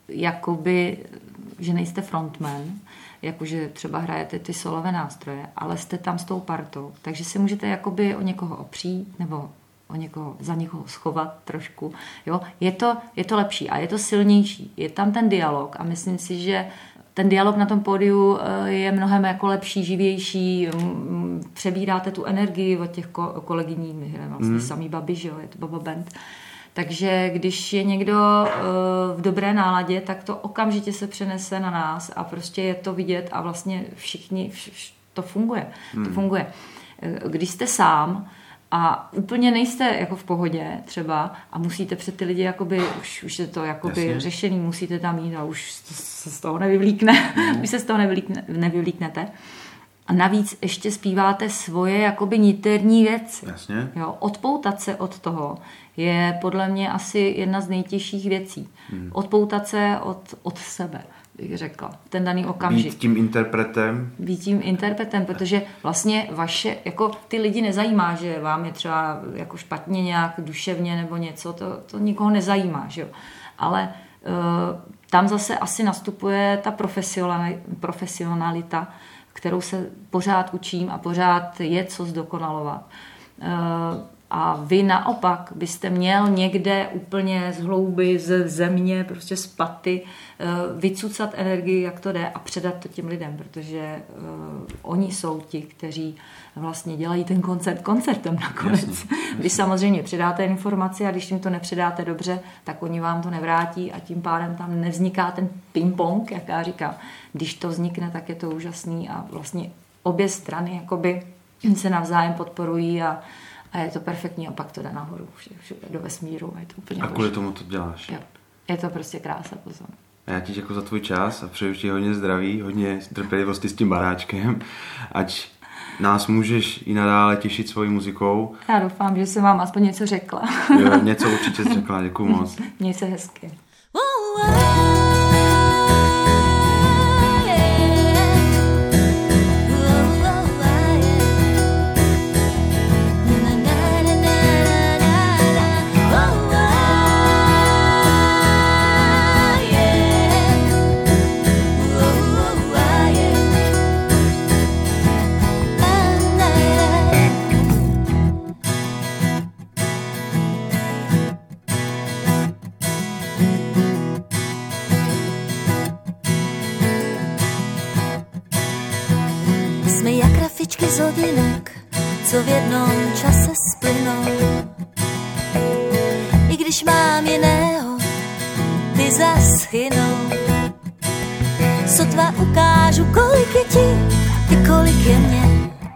jakoby, že nejste frontman, jakože třeba hrajete ty solové nástroje, ale jste tam s tou partou, takže si můžete jakoby o někoho opřít nebo o někoho, za někoho schovat trošku. Jo? Je to, je to lepší a je to silnější. Je tam ten dialog a myslím si, že ten dialog na tom pódiu je mnohem jako lepší, živější, přebíráte tu energii od těch kolegyní, my hrajeme vlastně mm. samý babi, že jo, je to Baba Band. Takže když je někdo v dobré náladě, tak to okamžitě se přenese na nás a prostě je to vidět a vlastně všichni, vš, to funguje. Mm. To funguje. Když jste sám a úplně nejste jako v pohodě třeba a musíte před ty lidi jakoby, už, už je to jakoby Jasně. řešený, musíte tam jít a už se z toho nevyvlíkne, mm. už se z toho nevyvlíkne, nevyvlíknete. A navíc ještě zpíváte svoje jakoby niterní věci. Jasně. Jo, odpoutat se od toho je podle mě asi jedna z nejtěžších věcí. Hmm. Odpoutat se od, od sebe, bych řekla. Ten daný okamžik. Být tím interpretem. Být tím interpretem, protože vlastně vaše, jako ty lidi nezajímá, že vám je třeba jako špatně nějak duševně nebo něco, to, to nikoho nezajímá, že jo. Ale uh, tam zase asi nastupuje ta profesionalita, kterou se pořád učím a pořád je co zdokonalovat. A vy naopak byste měl někde úplně z hlouby, ze země, prostě z paty, vycucat energii, jak to jde a předat to těm lidem, protože oni jsou ti, kteří vlastně dělají ten koncert koncertem nakonec. Jasně, jasně. Když samozřejmě předáte informaci a když jim to nepředáte dobře, tak oni vám to nevrátí a tím pádem tam nevzniká ten ping-pong, jak já říkám. Když to vznikne, tak je to úžasný a vlastně obě strany jakoby se navzájem podporují a, a je to perfektní a pak to jde nahoru všude do vesmíru. A, je to úplně a kvůli tomu to děláš. Jo. Je to prostě krása pozor. A já ti děkuji za tvůj čas a přeju ti hodně zdraví, hodně trpělivosti s tím baráčkem, ať nás můžeš i nadále těšit svojí muzikou. Já doufám, že jsem vám aspoň něco řekla. Jo, něco určitě jsi řekla, děkuji moc. Měj se hezky. Z hodinek, co v jednom čase splynou. I když mám jiného, ty zas chynou. Sotva ukážu, kolik je ti, ty kolik je mě.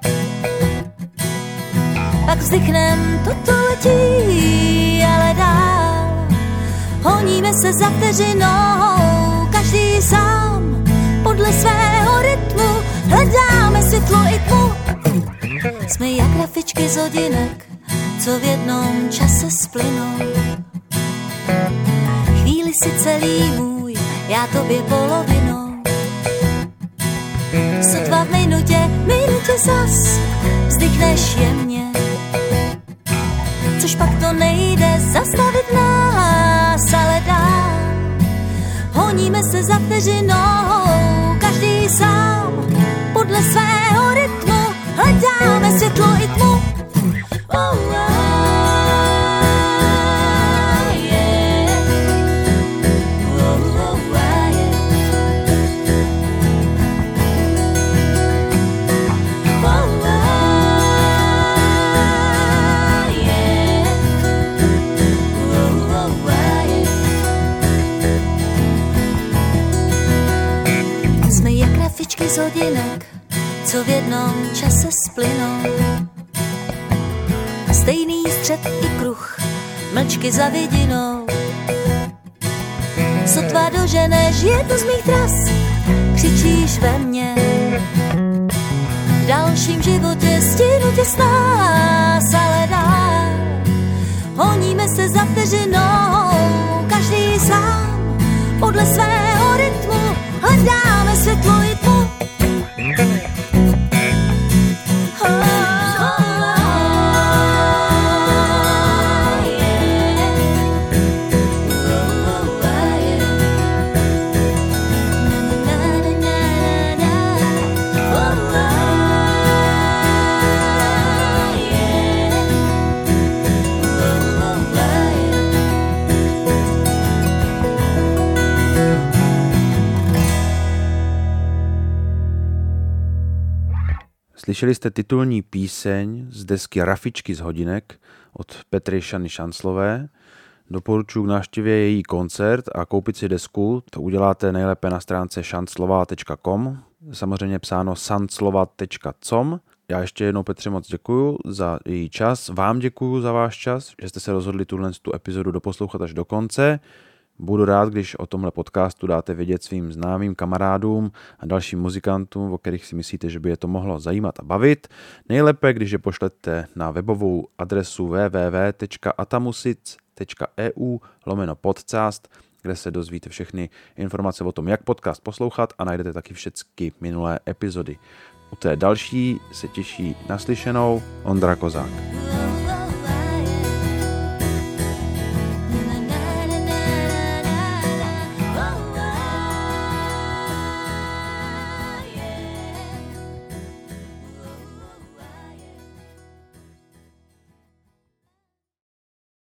Pak vzdychnem, toto letí, ale dál. Honíme se za vteřinou, každý sám, podle svého rytmu. Hledáme světlo i tmu. Jsme jak grafičky z hodinek, co v jednom čase splynou. Chvíli si celý můj, já tobě polovinou. Sotva v minutě, minutě zas vzdychneš jemně. Což pak to nejde zastavit nás, ale dál. Honíme se za vteřinou, každý sám, podle svého rytmu. Hledáme světlo i tmu. Oh, oh, yeah. Oh, oh, yeah. Oh, oh, yeah. Oh, oh, yeah. Jsme jak grafičky z hodinek, co v jednom čase splynou. Stejný střed i kruh, mlčky za vidinou. Sotva doženeš jednu z mých tras, křičíš ve mně. V dalším životě stínu tě s nás, ale dál. Honíme se za vteřinou, každý sám, podle svého rytmu. Hledáme světlo i tmu. Slyšeli jste titulní píseň z desky Rafičky z hodinek od Petry Šany Šanclové. Doporučuji k návštěvě její koncert a koupit si desku. To uděláte nejlépe na stránce šanclova tečka com, samozřejmě psáno šanclova tečka com. Já ještě jednou Petře moc děkuju za její čas. Vám děkuju za váš čas, že jste se rozhodli tuhle tu epizodu doposlouchat až do konce. Budu rád, když o tomhle podcastu dáte vědět svým známým kamarádům a dalším muzikantům, o kterých si myslíte, že by je to mohlo zajímat a bavit. Nejlépe, když je pošlete na webovou adresu w w w tečka atamusic tečka e u lomeno podcast, kde se dozvíte všechny informace o tom, jak podcast poslouchat a najdete taky všechny minulé epizody. U té další se těší naslyšenou Ondra Kozák.